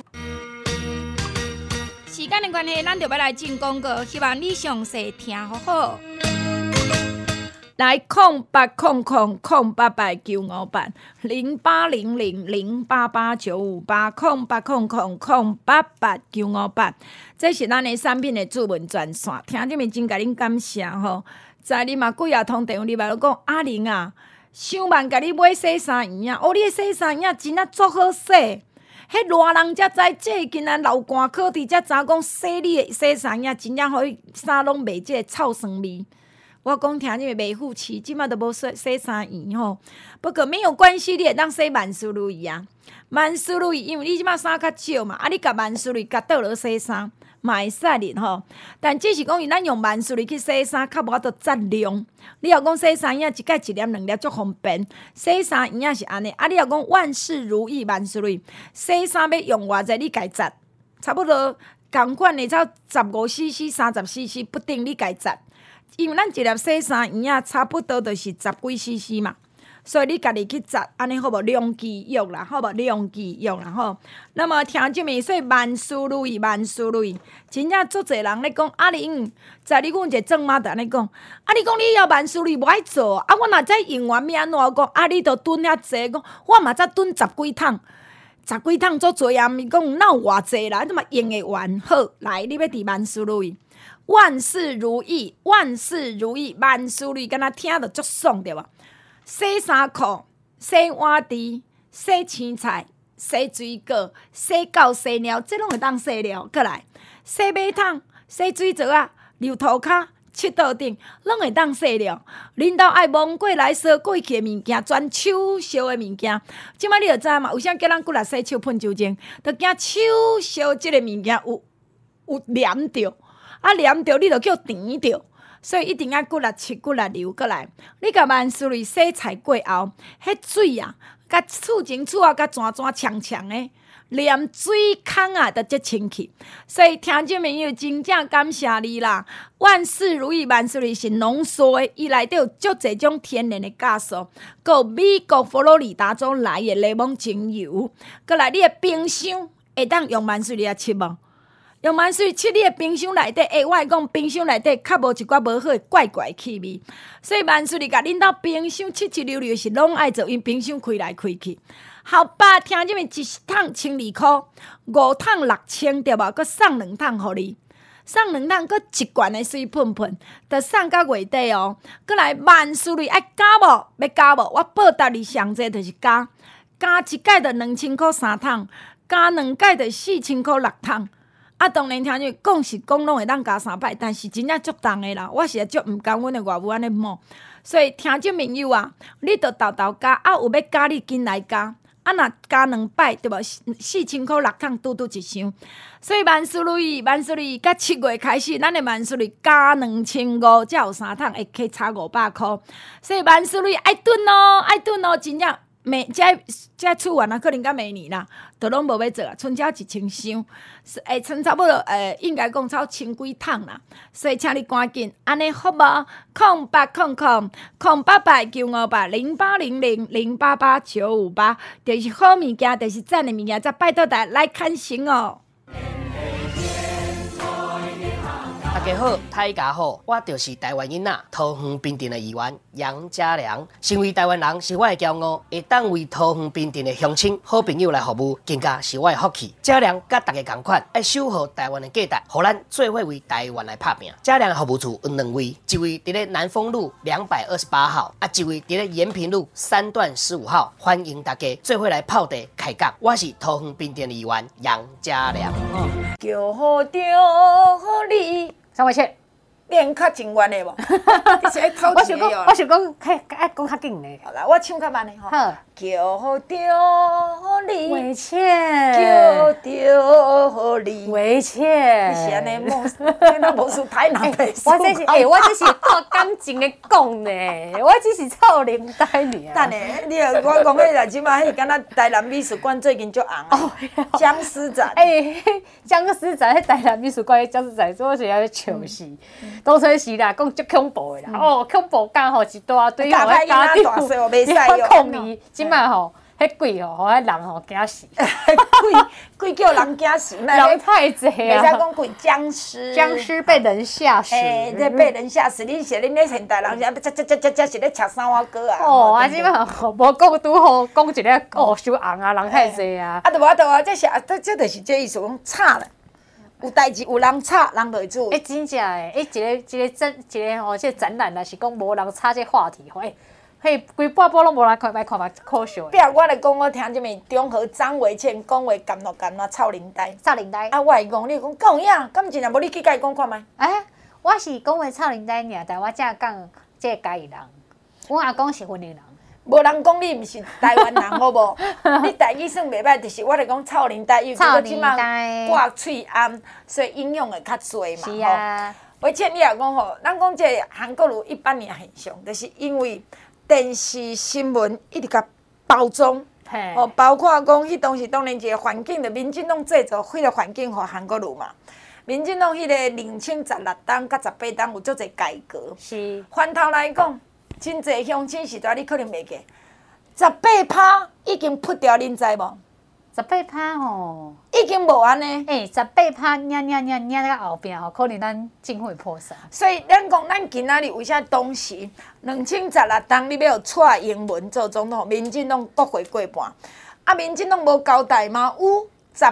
时间的关系，咱就要来进广告，希望你详细听好好。 来0800-088-958，0800-088-958，0800-088-958，这是咱的产品的主文专线，听你们真甲恁感谢吼。在你嘛几啊通电话里来讲，阿玲啊，想万甲你买洗衫衣啊，你的洗衫衣真啊足好洗。迄偌人才知，这竟然流汗考伫才知讲洗你的洗衫衣真正互伊衫拢袂即个臭酸味。 我讲听你袂付气，即马都无洗衫衣吼。不过没有关系，你会当洗万事如意啊。万事如意，因为你即马衫较少嘛，你甲万事如意甲倒落洗衫。嘛会使哩吼，但只是讲伊咱用万事如意去洗衫，较无法度质量。你若讲洗衫衣一盖一粒两粒足方便，洗衫衣是安尼。啊，你若讲万事如意，万事如意，洗衫要用偌济，你家集，差不多共款的，才15cc、30cc不定，你家集。因为咱一粒洗衫衣差不多就是10几 cc 嘛。所以你家己去摘，安尼好无量其用啦，好无量其用啦吼。那么听即面，所以万事如意，万事如意，真正足侪人咧讲啊！你在你阮一个庄妈就安尼讲，啊！你讲你要万事如意无爱做，啊！我若再用完要安怎讲？啊！你著囤遐济，讲我嘛才囤10几桶足侪啊！咪讲哪有偌济啦？你嘛用会完好来，你要伫万事如意，万事如意，万事如意，万事如意，敢若听着足爽对无？洗衫裤、洗碗池、洗青菜、洗水果、洗狗、洗猫，这拢会当洗了。过来，洗马桶、洗水槽啊、溜涂骹、七道顶，拢会当洗了。恁兜爱蒙过来烧过去的物件，全手烧的物件，即摆你就知嘛？为啥叫咱过来洗手喷酒精？就惊手烧即个物件有黏着，啊黏着你就叫甜着。所以一定要骨力切骨力流过来。你甲万事如意洗菜过后，迄水啊，甲厝前厝后甲泉呛呛的，连水孔啊都接清去。所以听众朋友真正感谢你啦！万事如意，万事如意是浓缩的，伊内底有足侪种天然的酵素，有美国佛罗里达州来的柠檬精油。过来，你的冰箱会当用万事如意啊切无？用万事如意切你的冰箱内底，我会讲冰箱内底较无一寡无好的怪怪气味，所以万事如意甲恁兜冰箱七七溜溜是拢爱做，因冰箱开来开去。后爸听这边一桶12块，5桶6000对无？佮送2桶互你，送2桶，佮一罐的水喷喷，着送到月底哦。佮来万事如意爱加无？要加无？我报答你上济就是加一盖着2000块3桶，加2盖着4000块6桶。啊，当然听你讲是讲拢会当加3摆，但是真正足重的啦。我是足毋甘阮的外母安尼摸，所以听众朋友啊，你着豆加，啊有要加你紧来加，啊若加2摆对无？4000块6桶拄一箱。所以万事如意，万事如意，甲7月开始，咱的万事如意加2500，才有3桶会去差500块。所以万事如意爱炖哦，爱炖哦，真正。这厝完啊，可能到明年啦，都拢无要做啊，剩只1000箱，剩差不多应该讲超1000几桶啦，所以请你赶紧，安尼好无？0800-958-0800-0888-958，就是好物件，就是赞的物件，再拜托大家来看行哦。 大家好，大家好，我就是台湾囡仔桃园bình镇的议员杨家良。身为台湾人是我的骄傲，会当为桃园bình镇的乡亲、好朋友来服务，更加是我的福气。家良甲大家同款，爱守护台湾的价值，互咱做伙为台湾来拍拼。家良的服务处有2位，一位伫咧南丰路228号，一位伫咧延平路3段15号。欢迎大家做伙来泡茶开讲。我是桃园bình镇的议员杨家良。 叫好着好你。 张伟倩， 练较真远的无？你是爱偷钱的哦。 我想讲，爱讲较紧的。 好啦，我唱较慢的吼。 好， 叫好着你， 伟倩， 叫着你， 伟倩， 你是安尼魔，那魔术太难背。 我这是我这是靠感情的讲呢，我只是臭灵呆尔。 等下，我讲迄个即马，迄敢若台南美术馆最近足红的僵尸展。 僵尸展，迄台南美术馆僵尸展，我是要笑死。当初是啦，讲足恐怖的啦，恐怖感吼一大堆吼， 家长袂使用抗议，即摆吼，迄鬼吼，互迄人吼惊死， 鬼叫人惊死， 人太济啊！ 袂使讲鬼僵尸被人吓死， 这被人吓死，你是恁咧现代人是咧吃三碗糕啊？ 哦，啊，即摆吼无讲拄好讲一个伤红啊，人太济啊！ 啊，无这就是这意思，讲吵咧。有代志有人吵，人就会做。 真正诶，一个吼，这展览啊是讲无人吵这话题吼，规半部拢无人看，看可笑。 比如我来讲，我听这边中和张维倩讲话干那臭灵呆。 臭灵呆。 啊，我会讲，你讲讲影，敢真正无你去甲伊讲看觅？ 我是讲话臭奶奶尔，但我正讲这嘉义人。阮阿公是云林人。 无人讲你毋是台湾人，好无？你台语算袂歹，就是我咧讲臭奶奶，因为我即马挂喙暗，所以影响会较侪嘛。 是啊。 而且你也讲吼，咱讲这韩国瑜一般的现象，就是因为电视新闻一直甲包装，哦，包括讲迄当时当然一个环境的民进党制造迄个环境互韩国瑜嘛。民进党迄个2016党甲18党有足侪改革， 是。 翻头来讲。真侪乡亲时代，你可能袂记，18%已经扑掉，恁知无 ？18%吼， 已经无安尼。 18%领到后壁吼，可能咱政府会破产。 所以咱讲，咱今仔日为啥当时2016党你要蔡英文做总统，民进党国会过半，啊，民进党无交代吗？有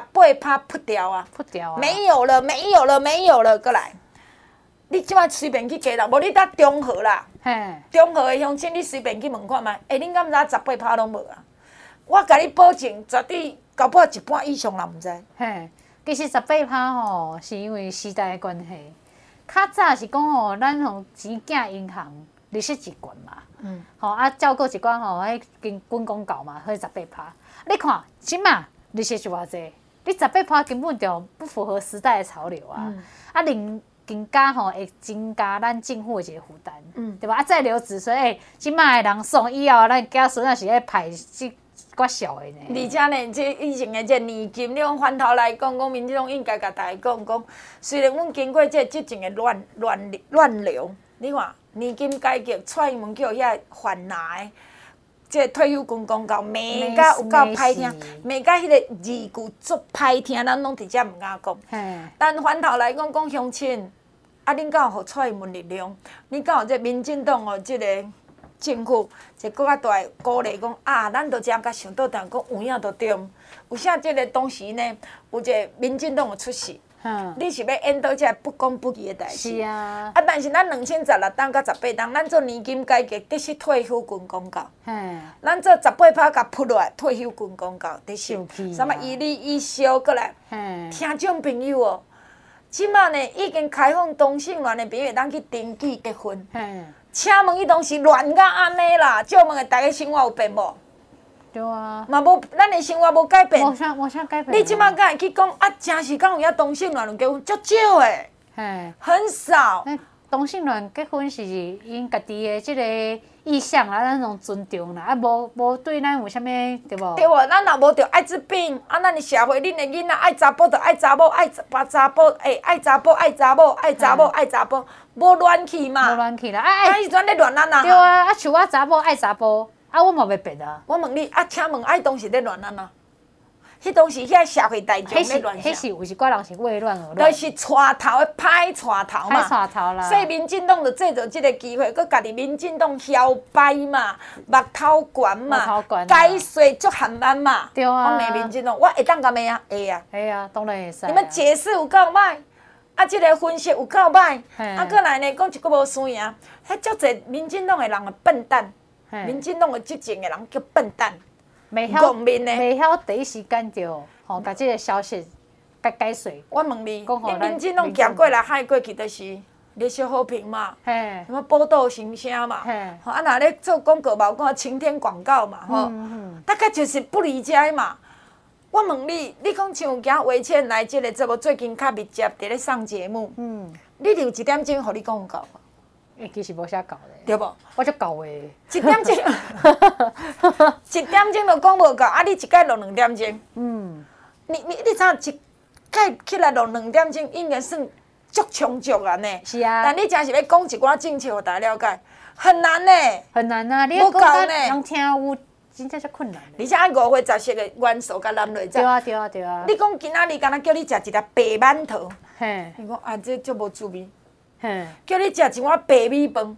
18%扑掉啊， 扑掉啊， 没有了，过来。你即摆随便去加啦，无你搭中和啦。中和的乡亲，你随便去问看觅，恁敢知18%拢无啊？我甲你保证，绝对搞不好一半以上人毋知。 其实18%吼，是因为时代的关系。较早是讲吼，咱吼钱寄银行利息一悬嘛，吼啊，照顾一寡吼，迄跟滚广告嘛，迄18%。你看，即马利息是偌济？你18%根本就不符合时代的潮流啊！更加吼会增加咱政府的一个负担，对吧？啊，再留子孙，即摆的人送以后，咱子孙也是咧排即寡小的呢。 而且呢，这以前的这年金，你讲翻头来讲，民进党应该甲大家讲，虽然阮经过这执政的乱流，你看年金改革，蔡英文叫遐犯难的，这退休金广告骂甲有够歹听，骂甲迄个字句足歹听，咱拢直接毋敢讲。但翻头来讲乡亲。啊，恁敢有互蔡英文力量？恁敢有这民进党哦，这个政府一个较大鼓励讲啊，咱都真甲想到，但讲有影都对。有啥这个当时呢？有一个民进党的出事，你是要演到这不公不义的代志。 是啊。 啊，但是咱2016党甲18党，咱做年金改革，这是退休金广告。咱做18%甲扑落来退休金广告，这是什么以利以消过来？听众朋友哦。即马呢，已经开放同性恋的朋友当去登记结婚。请问伊当时乱甲安尼啦，借问的大家生活有变无？ 对啊。 嘛无，咱的生活无改变。 无啥改变。 你即马敢会去讲啊？真是敢有遐同性恋有结婚？足少诶，很少。 同性恋结婚是因家己的即个意向啦，咱拢尊重啦，啊无对咱有啥物对无？ 对无，咱若无着艾滋病，啊，咱的社会，恁的囡仔爱查甫就爱查某，爱查甫，爱查甫爱查某，爱查某爱查甫，无乱去嘛。 无乱去啦， 咱迄阵咧乱咱啊。 对啊，啊像我查某爱查甫，啊我嘛袂变啊。 我问你，啊，请问爱当时咧乱咱啊？迄当时遐社会大众咧乱啥？ 迄是有一寡人是为乱而乱。 就是带头的歹带头嘛。 歹带头啦。 所以民进党就制造即个机会，佮家己民进党摇摆嘛，目头悬嘛，解说足含慢嘛。 对啊。 我骂民进党，我会当甲骂啊？会啊。 会啊，当然会使。 你们解释有够歹，啊，即个分析有够歹，啊，过来呢讲一个无算啊，迄足侪民进党的人啊笨蛋，民进党的执政的人叫笨蛋。 袂晓第一时间就吼，甲即个消息解说。 我问你，你民进党行过来海过去，就是咧小好评嘛，什么报道形象嘛，吼啊，若咧做广告嘛，讲晴天广告嘛，吼，大概就是不理解嘛。我问你，你讲像今维倩来即个节目，最近较密集伫咧上节目，你留一点钟，互你讲到。 其实无啥够咧， 对无？ 我足够诶。 1点钟，1点钟就讲无够，啊！你一届录2点钟。你知影一届起来录2点钟，应该算足充足啊呢。 是啊。 但你真是要讲一寡政策，互大家了解，很难呢。 很难啊！你要讲人听有，真正足困难。 而且按5花10色的元素甲揽落去。 对啊对啊对啊。 你讲今仔日敢若叫你食一粒白馒头， 你讲啊，这足无滋味。叫你食一碗白米饭，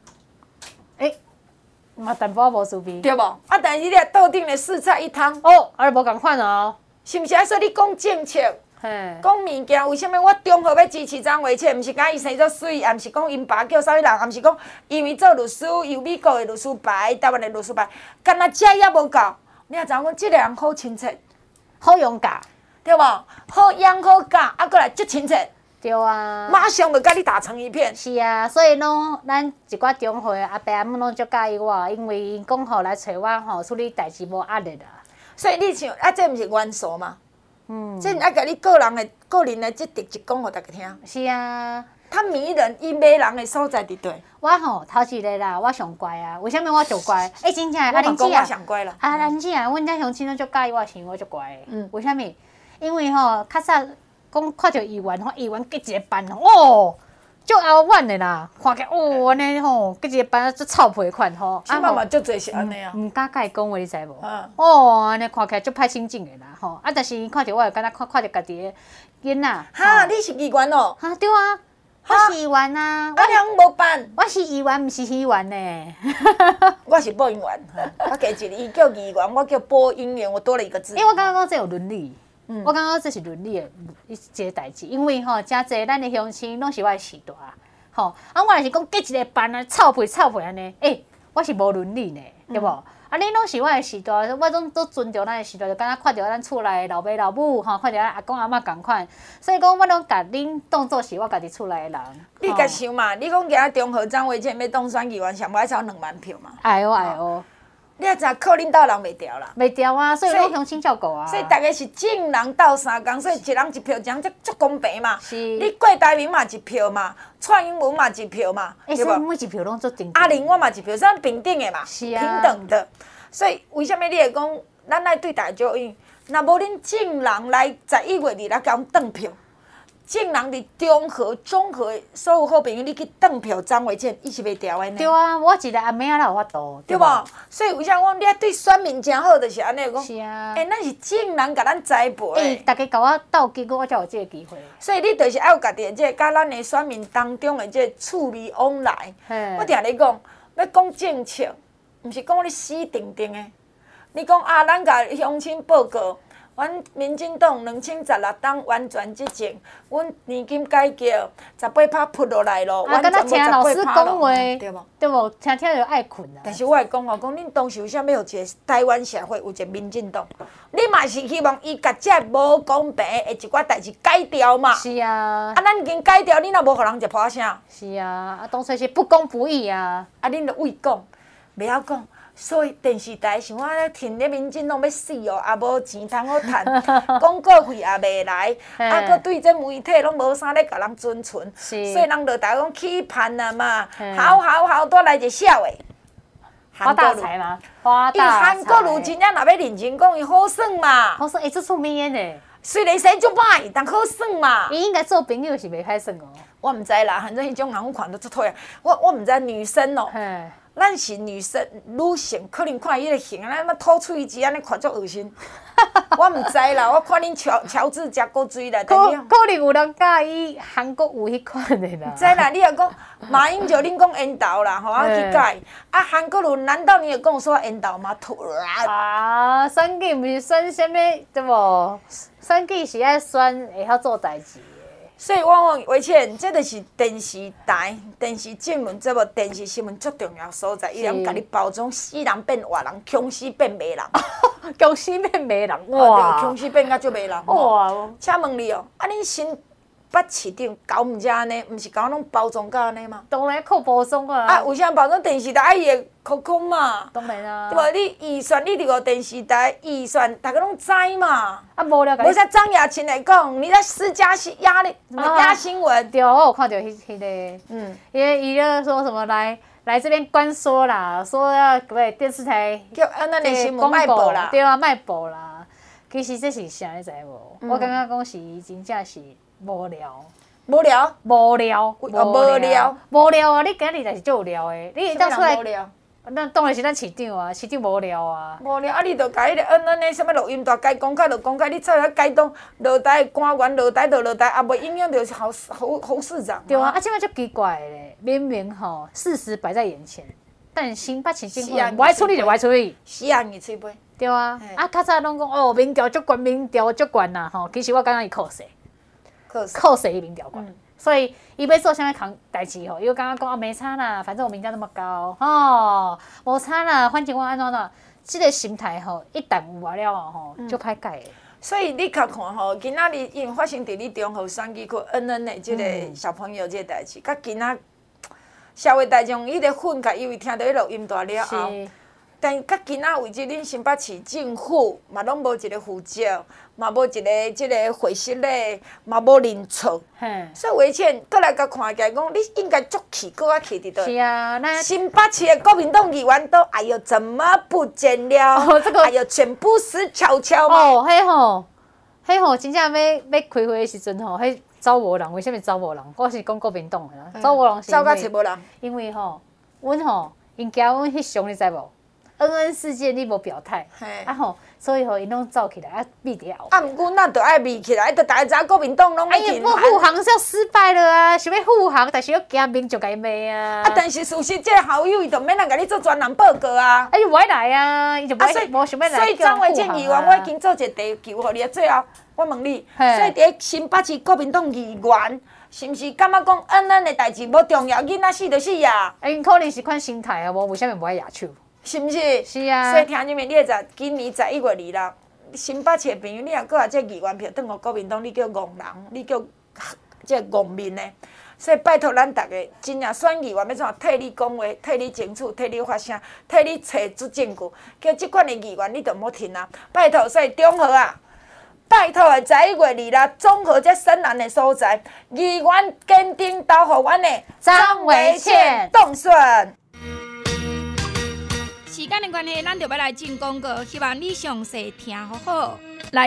嘛淡薄无滋味， 对无？啊，但是你若桌顶的4菜1汤， 啊，无共款哦， 是毋是？啊，所以你讲政策，讲物件，为什么我中和要支持张维倩？毋是讲伊生足水，也毋是讲因爸叫啥物人，也毋是讲因为做律师有美国的律师牌、台湾的律师牌，干那这也无够。你也知影讲，即个人好亲切， 好勇敢， 对无？好养好教，啊，过来足亲切。 对啊， 马上就甲你打成一片。 是啊，所以拢咱一寡中会阿伯阿母拢足介意我，因为因讲吼来找我吼处理代志无压力啦。 所以你像这毋是元素嘛？这爱甲你个人的这特质讲互大家听。 是啊， 他迷人，伊迷人的所在伫对。 我吼头一个啦，我上乖啊，为什么我就乖？真正我嘛讲我上乖啦。 林姐啊，阮遮乡亲拢足介意我，是我足乖的。为什么？因为吼较早讲看到议员吼，议员结一个班哦。足后晚的啦，看起安尼吼，结一个班足臭屁款吼。 即摆嘛足侪是安尼啊。 毋敢甲伊讲话，你知无？安尼看起来足歹清净的啦吼。但是看着我，敢若看着家己的囡仔。 哈，你是议员哦？ 哈，对啊，我是议员啊。 我俩无办。 我是议员，毋是议员呢。 我是播音员，我加一个，伊叫议员，我叫播音员，我多了一个字。 因为我感觉讲这有伦理。我感觉这是伦理的一个代志，因为吼，真侪咱的乡亲拢是我的时代，吼，我若是讲结一个班啊，臭屁安尼，我是无伦理呢，对无？你拢是我的时代，我拢都尊重咱的时代，就敢若看到咱厝内老爸老母，吼，看到咱阿公阿嬷共款，所以讲我拢甲恁当作是我家己厝内的人。 你甲想嘛，你讲今仔中和张维健要当选议员，上尾超2万票嘛？ 哎呦。 你也知靠恁斗人袂调啦， 袂调啊，所以拢乡亲照顾啊。 所以大家是正人斗3工，所以一人一票，这样足公平嘛。 是。 你郭台铭嘛1票嘛，蔡英文嘛1票嘛， 对无？每一票拢足正。 阿玲我嘛1票，咱平等的嘛， 是啊， 平等的。所以为什么你会讲，咱爱对大家照应？若无恁正人来11月2日甲阮转票。正人伫中和、综合所有好朋友，你去转票张维健，伊是袂调的呢。 对啊，我一个阿妹仔哪有法度， 对无？所以为啥讲你爱对选民真好，就是安尼讲。 是啊。 咱是正人甲咱栽培。 大家甲我斗结果，我才有这个机会。 所以你就是爱有家己的这甲咱的选民当中的这处理往来。我定咧讲，要讲政策，毋是讲你死定定的。你讲啊，咱甲乡亲报告。阮民进党2016党完全执政，阮年金改革18%扑落来咯， 完全无18%咯， 对无？ 对无？听就爱困啊。 但是我会讲哦，讲恁当时为啥要互一个台湾社会有一个民进党？你嘛是希望伊甲这无公平的一寡代志改掉嘛？ 是啊。 咱已经改掉，你若无互人一拍声？ 是啊，当初是不公不义啊。 恁著畏讲，袂晓讲。所以电视台想我咧挺咧民进党要死哦，也无钱通好趁，广告费也袂来，佫对这媒体拢无啥咧甲人遵循，所以人就大家讲起判啦嘛，好，多来一笑诶。 发大财吗？ 伊韩国瑜真正若要认真讲，伊好耍嘛。 好耍，这出名的。 虽然生足歹，但好耍嘛。 伊应该做朋友是袂歹耍哦。 我毋知啦，反正迄种人我看都出退啊。我毋知女生哦。咱是女生，女性可能看伊个型，咱要吐喙舌，安尼看足恶心。我毋知啦，我看恁乔治食过水啦， 可能有人介意韩国有迄款的啦。 知啦，你若讲马英九，恁讲缘投啦，吼，我去改。韩国瑜，难道你会讲说缘投吗？ 啊，选举毋是选啥物对无？选举是爱选会晓做代志。 所以我讲，而且这就是电视台、电视新闻节目、电视新闻最重要所在，伊通甲你包装死人变活人，穷死变美人， 穷死变美人，哇！ 穷死变甲足美人，哇！请问你哦，恁新北市长搞毋只安尼，毋是搞拢包装甲安尼吗？ 当然靠包装啊！ 为啥包装电视台爱伊的口控嘛？ 当然啊！ 对无？你预算，你伫个电视台预算，大家拢知嘛？ 无了解。 无像张雅琴来讲，你在施加压新闻。 对，我有看到迄个，伊咧说什么来这边关说啦，说要电视台叫咱的新闻卖报啦， 对啊，卖报啦。其实这是啥，你知无？我感觉讲是真正是无聊。无聊啊！你今日就是最无聊的，你当出来，咱当然是咱市长啊，市长无聊啊。 无聊啊！你著甲迄个那什么录音带该公开就公开，你再来改动落台官员落台就落台，也袂影响到侯市长。 对啊！即摆足奇怪的咧，明明吼事实摆在眼前，但新北市政府无爱处理就无爱处理。 死人伊嘴巴。 对啊！较早拢讲哦，民调足悬，民调足悬啦吼，其实我感觉伊靠势。扣谁民调管，所以伊要做啥物扛代志吼，伊就感觉讲啊没差啦，反正我民调那么高，吼，无差啦，反正我安怎，即个心态吼，一旦有了吼，就歹改。 所以你较看吼，今仔日因发生伫你中和选举区恩恩的即个小朋友即个代志，甲今仔社会大众伊个愤慨，因为听到迄录音带了后，但甲今仔为止，恁新北市政府嘛拢无一个负责，嘛无一个即个会识咧，嘛无认错。所以为且，过来甲看起来讲，你应该足气，搁较气伫倒。 是啊，那新北市的国民党议员都哎呦怎么不见了？哎呦，全部死翘翘嘛。 迄吼，真正要开会的时阵吼，迄走无人，为什么走无人？我是讲国民党的啦，走无人是走甲找无人。 因为吼，阮吼因惊阮迄上你知无？恩恩事件你无表态，所以因拢走起来避伫后。 毋过那着爱避起来，着大家知国民党拢咧不护航是要失败了啊！想要护航，但是要惊民就该骂啊！ 但是事实，这个校友伊就免人甲你做专人报告啊！ 伊无爱来啊，伊就无想要来。 所以张伟健议员，我已经做一个地球互你。最后，我问你，所以伫新北市国民党议员，是毋是感觉讲恩恩的代志无重要，囡仔死就死啊？ 因可能是款心态啊，无为什么无爱举手？ 是毋是？ 是啊。 所以听入面，你会知今年11月2日，新北市的朋友，你若搁这议员票转互国民党，你叫戆人，你叫这戆面的。所以拜托咱大家，真正选议员要怎替你讲话，替你争取，替你发声，替你找出证据，叫即款的议员你就莫停啊！拜托，所以中和啊，拜托的11月2日，综合这深蓝的所在，议员坚定投互阮的张维倩当选。 时间的关系，咱就要来进广告，希望你详细听好好。 来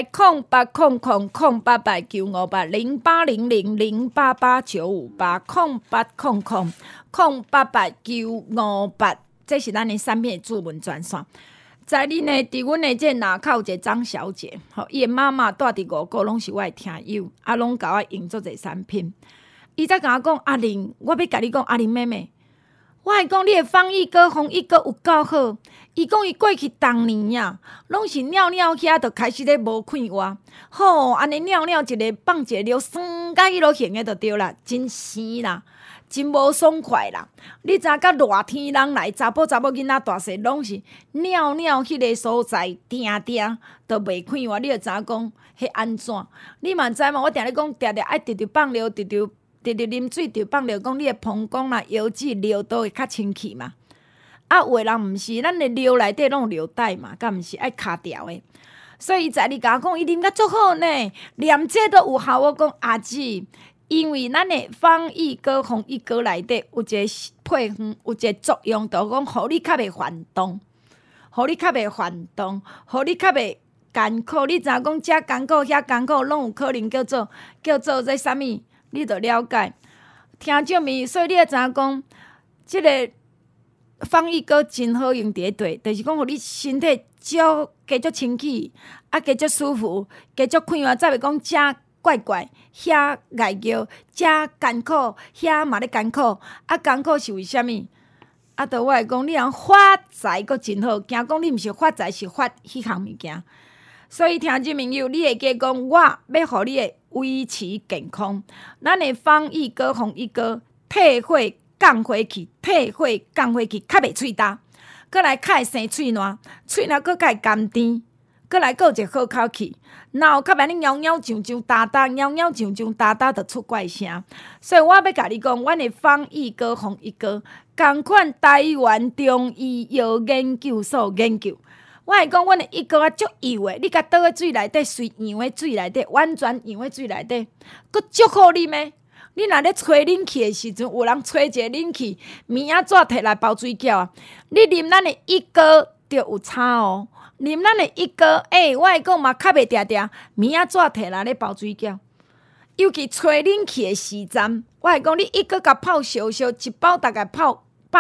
0800-088958088895808898，这是咱的产品的主文专线。在恁的伫阮的这南口有一个张小姐，伊的妈妈住伫5股，拢是我的听友，拢甲我用做者产品。伊才甲我讲，阿玲，我要甲你讲，阿玲妹妹。我会讲，你的防疫膏、防疫膏有够好。伊讲伊过去当年啊，拢是尿尿遐就开始咧无快活，安尼尿尿一个放一个流，酸甲迄落形的就对啦，真生啦，真无爽快啦。你知影甲热天人来，查甫囡仔大细拢是尿尿迄个所在定都袂快活，你就知影讲迄安怎？你嘛知嘛？我定咧讲，定爱直放尿，直啉水，直放尿，讲你的膀胱啦、腰子、尿道会较清气嘛。有的人毋是，咱的尿内底拢有尿袋嘛，敢毋是爱卡掉的。所以伊在你甲我讲，伊啉甲足好呢，连这都有效。我讲阿姊，因为咱的防疫膏、防疫膏内底有一个配方，有一个作用，就讲互你较袂烦动，互你较袂烦动，互你较袂艰苦。你知影讲遮艰苦遐艰苦，拢有可能叫做这啥物？你着了解，听证明，所以你会知影讲，即个防疫膏真好用伫地，就是讲，互你身体加足清气，加足舒服，加足快活，才袂讲遮怪怪，遐碍叫，遮艰苦，遐嘛咧艰苦，艰苦是为虾米？就我会讲，你人发财阁真好，惊讲你毋是发财，是发迄项物件。所以听众朋友，你会记讲，我要互你的维持健康，咱的防疫膏、防疫膏退火降火气，退火降火气，较袂喙焦，搁来较会生喙烂，喙烂搁较会甘甜，搁来搁有一个好口气，然后较袂你喵喵啾啾哒哒，喵喵啾啾哒哒就出怪声。所以我要甲你讲，阮的防疫膏、防疫膏，同款台湾中医药研究所研究。我会讲，阮的一膏足油的，你甲倒喺水内底，随样的水内底，完全样的水内底，佫足好啉的。你若咧吹冷气的时阵，有人吹一个冷气，棉仔纸摕来包水饺啊！你啉咱的一膏就有差哦，啉咱的一膏，我会讲嘛，较袂定定，棉仔纸摕来咧包水饺。尤其吹冷气的时阵，我会讲，你一膏甲泡烧烧，一包大概泡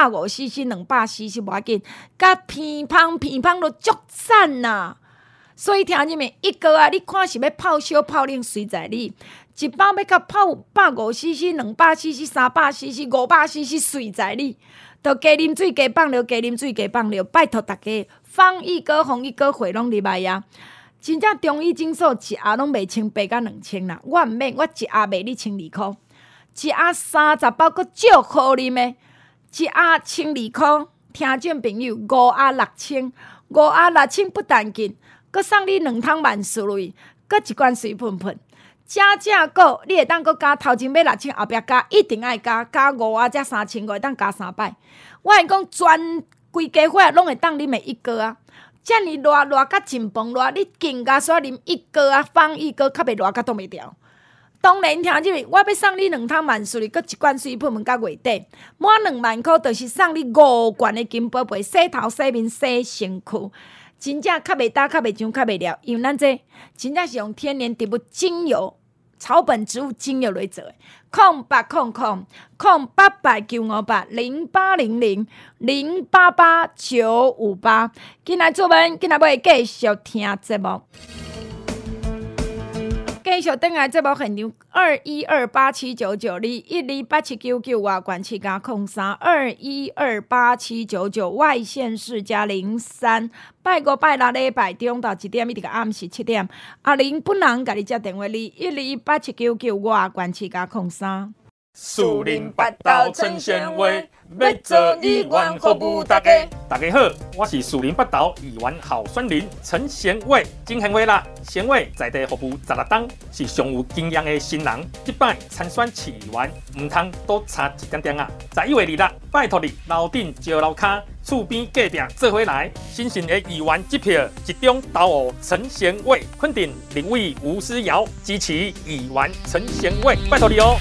150cc、200cc 无要紧，甲乒乓都足赞呐！所以听入面一个啊，你看是要泡烧泡冷随在你，一包要甲泡150cc、200cc、300cc、500cc 随在你，就加啉水加放尿，加啉水加放尿，拜托大家防疫膏、防疫膏会拢入来啊！真正中医诊所一盒拢卖1800到2000啦，我毋免，我一盒卖你12箍，一盒30包佫足好啉的。一盒12箍，听众朋友5盒6000，5盒6000不但紧，佮送你2桶万事类， 搁一罐水喷喷。正个，你会当搁加头前要6,000，后壁加一定爱加5啊，才3,000个会当加3摆。我会讲全规家伙拢会当啉的一哥啊，遮尔热甲真饭热，你更加煞啉一哥啊，放一哥较袂热甲冻袂掉。当然听入去，我要送你2桶万事哩，搁一罐水喷喷到月底，满2万块，就是送你5罐的金宝贝，洗头、洗面、洗身躯。真正较袂焦、较袂上、较袂了，因为咱这真正是用天然植物精油、草本植物精油来做的。0800-0800-0800-0888-958，进来出门，进来要继续听节目。继续等来节目现场212879921287999外管7加03，2128799外县市加03，拜5拜6礼拜中到1点一直到暗时7点，阿玲本人甲你接电话2128799外管7加03。 树林八道陈贤伟，要做议员服务大家。大家好，我是树林八道议员候选人陈贤伟，真贤伟啦！贤伟在地服务16档，是上有经验的新人。这摆参选市议员，唔通多差一点点啊！11月26，拜托你楼顶招楼骹，厝边隔壁做伙来，新兴的议员一票集中投我陈贤伟，肯定立委吴思瑶，支持议员陈贤伟，拜托你哦！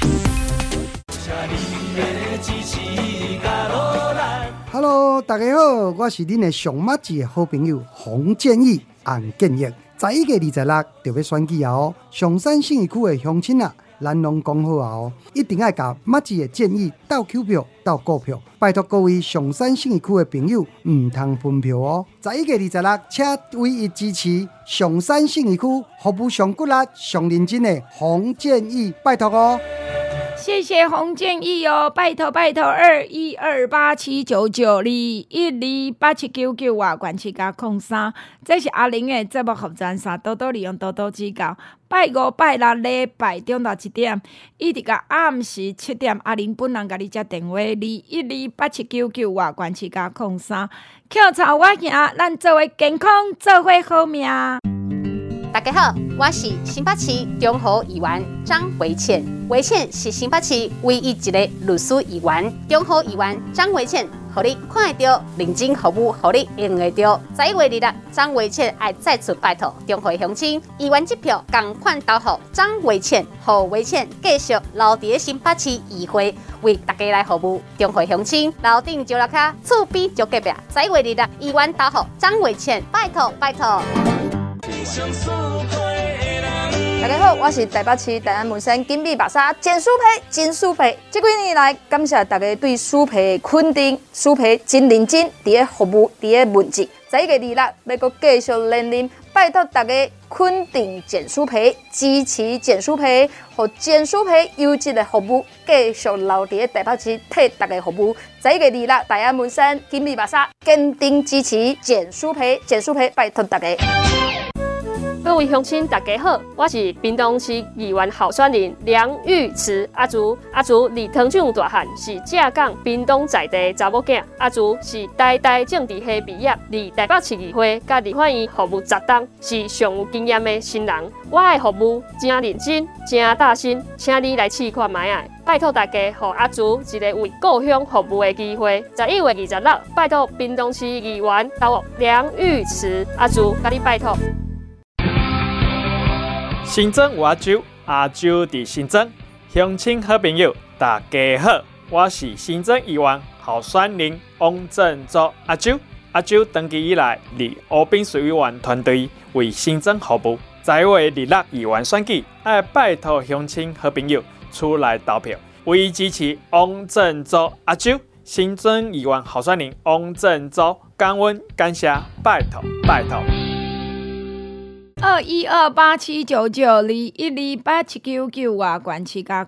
Hello， 大家好，我是恁的上马子的好朋友洪建义、洪建义。11月26就要选举啊哦，上山信义区的乡亲啊，咱拢讲好啊哦，一定要甲马子的建议斗扣票、斗股票，拜托各位上山信义区的朋友唔通分票哦。11月26，请唯一支持上山信义区服务上骨力、上认真的洪建义，拜托哦。 谢谢洪建义哦，拜托212879921287999外管7加03，这是阿玲的节目服装衫，多多利用，多多指教。拜5拜6礼拜中到1点，一直到暗时7点，阿玲本人甲你接电话2128799外管7加03，口罩我行，咱做伙健康，做伙好命。 大家好，我是新北市中和议员张维倩。维倩是新北市唯一一个律师议员。中和议员张维倩，互你看得到认真服务，互你用得到。11月26，张维倩爱再次拜托中和乡亲，议员一票同款投予张维倩，互维倩继续留伫新北市议会，为大家来服务中和乡亲。楼顶招楼骹，厝边就隔壁。11月26，议员投予张维倩，拜托拜托。 大家好，我是台北市大安门山金碧白沙简舒培金舒培。这几年来，感谢大家对舒培的肯定，舒培真认真，伫咧服务，伫咧问责。11月26，要阁继续连任，拜托大家肯定简舒培，支持简舒培，互简舒培优质的服务继续留伫咧台北市替大家服务。11月26，大安门山金碧白沙坚定支持简舒培，简舒培，拜托大家。 各位乡亲，大家好，我是屏东市议员候选人梁玉慈阿竹。阿竹离汤厂大汉，是正港屏东在地查某囝。阿竹是台大政治系毕业，离台北市议会甲立法院服务10档，是上有经验的新人。我的服务真认真，真大心，请你来试看卖啊！拜托大家，给阿竹一个为故乡服务的机会。11月26，拜托屏东市议员投梁玉慈阿竹，甲你拜托。 新增有阿周，阿周伫新增，乡亲好朋友，大家好，我是新增议员候选人王振祖阿周。阿周登记以来，伫乌滨水委员团队为新增服务。11月26议员选举，爱拜托乡亲好朋友出来投票，为支持王振祖阿周。新增议员候选人王振祖，感恩感谢，拜托拜托。 212879921287999外管7加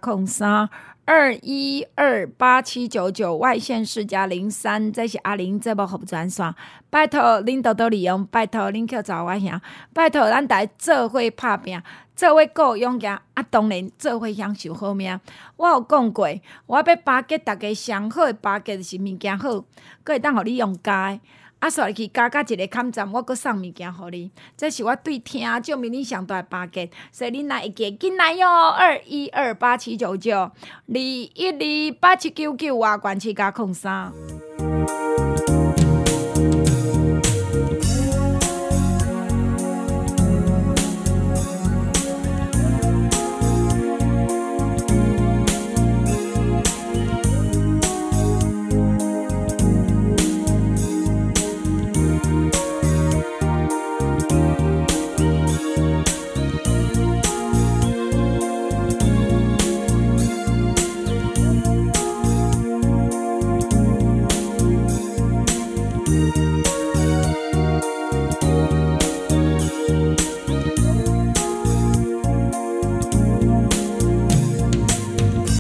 03，2128799外县市加03，这是阿玲节目服专线。拜托恁多多利用，拜托恁口罩我行，拜托咱大家做伙拍拼，做伙顾永行，当然做伙享受好命。我有讲过，我要巴结大家上好的巴结就是物件好，佫会当互你用加的。 煞去加一个坎站，我阁送物件互你。这是我对听众明年上大的巴结，所以恁若会记紧来哟，2128799，2128799，外关7+03。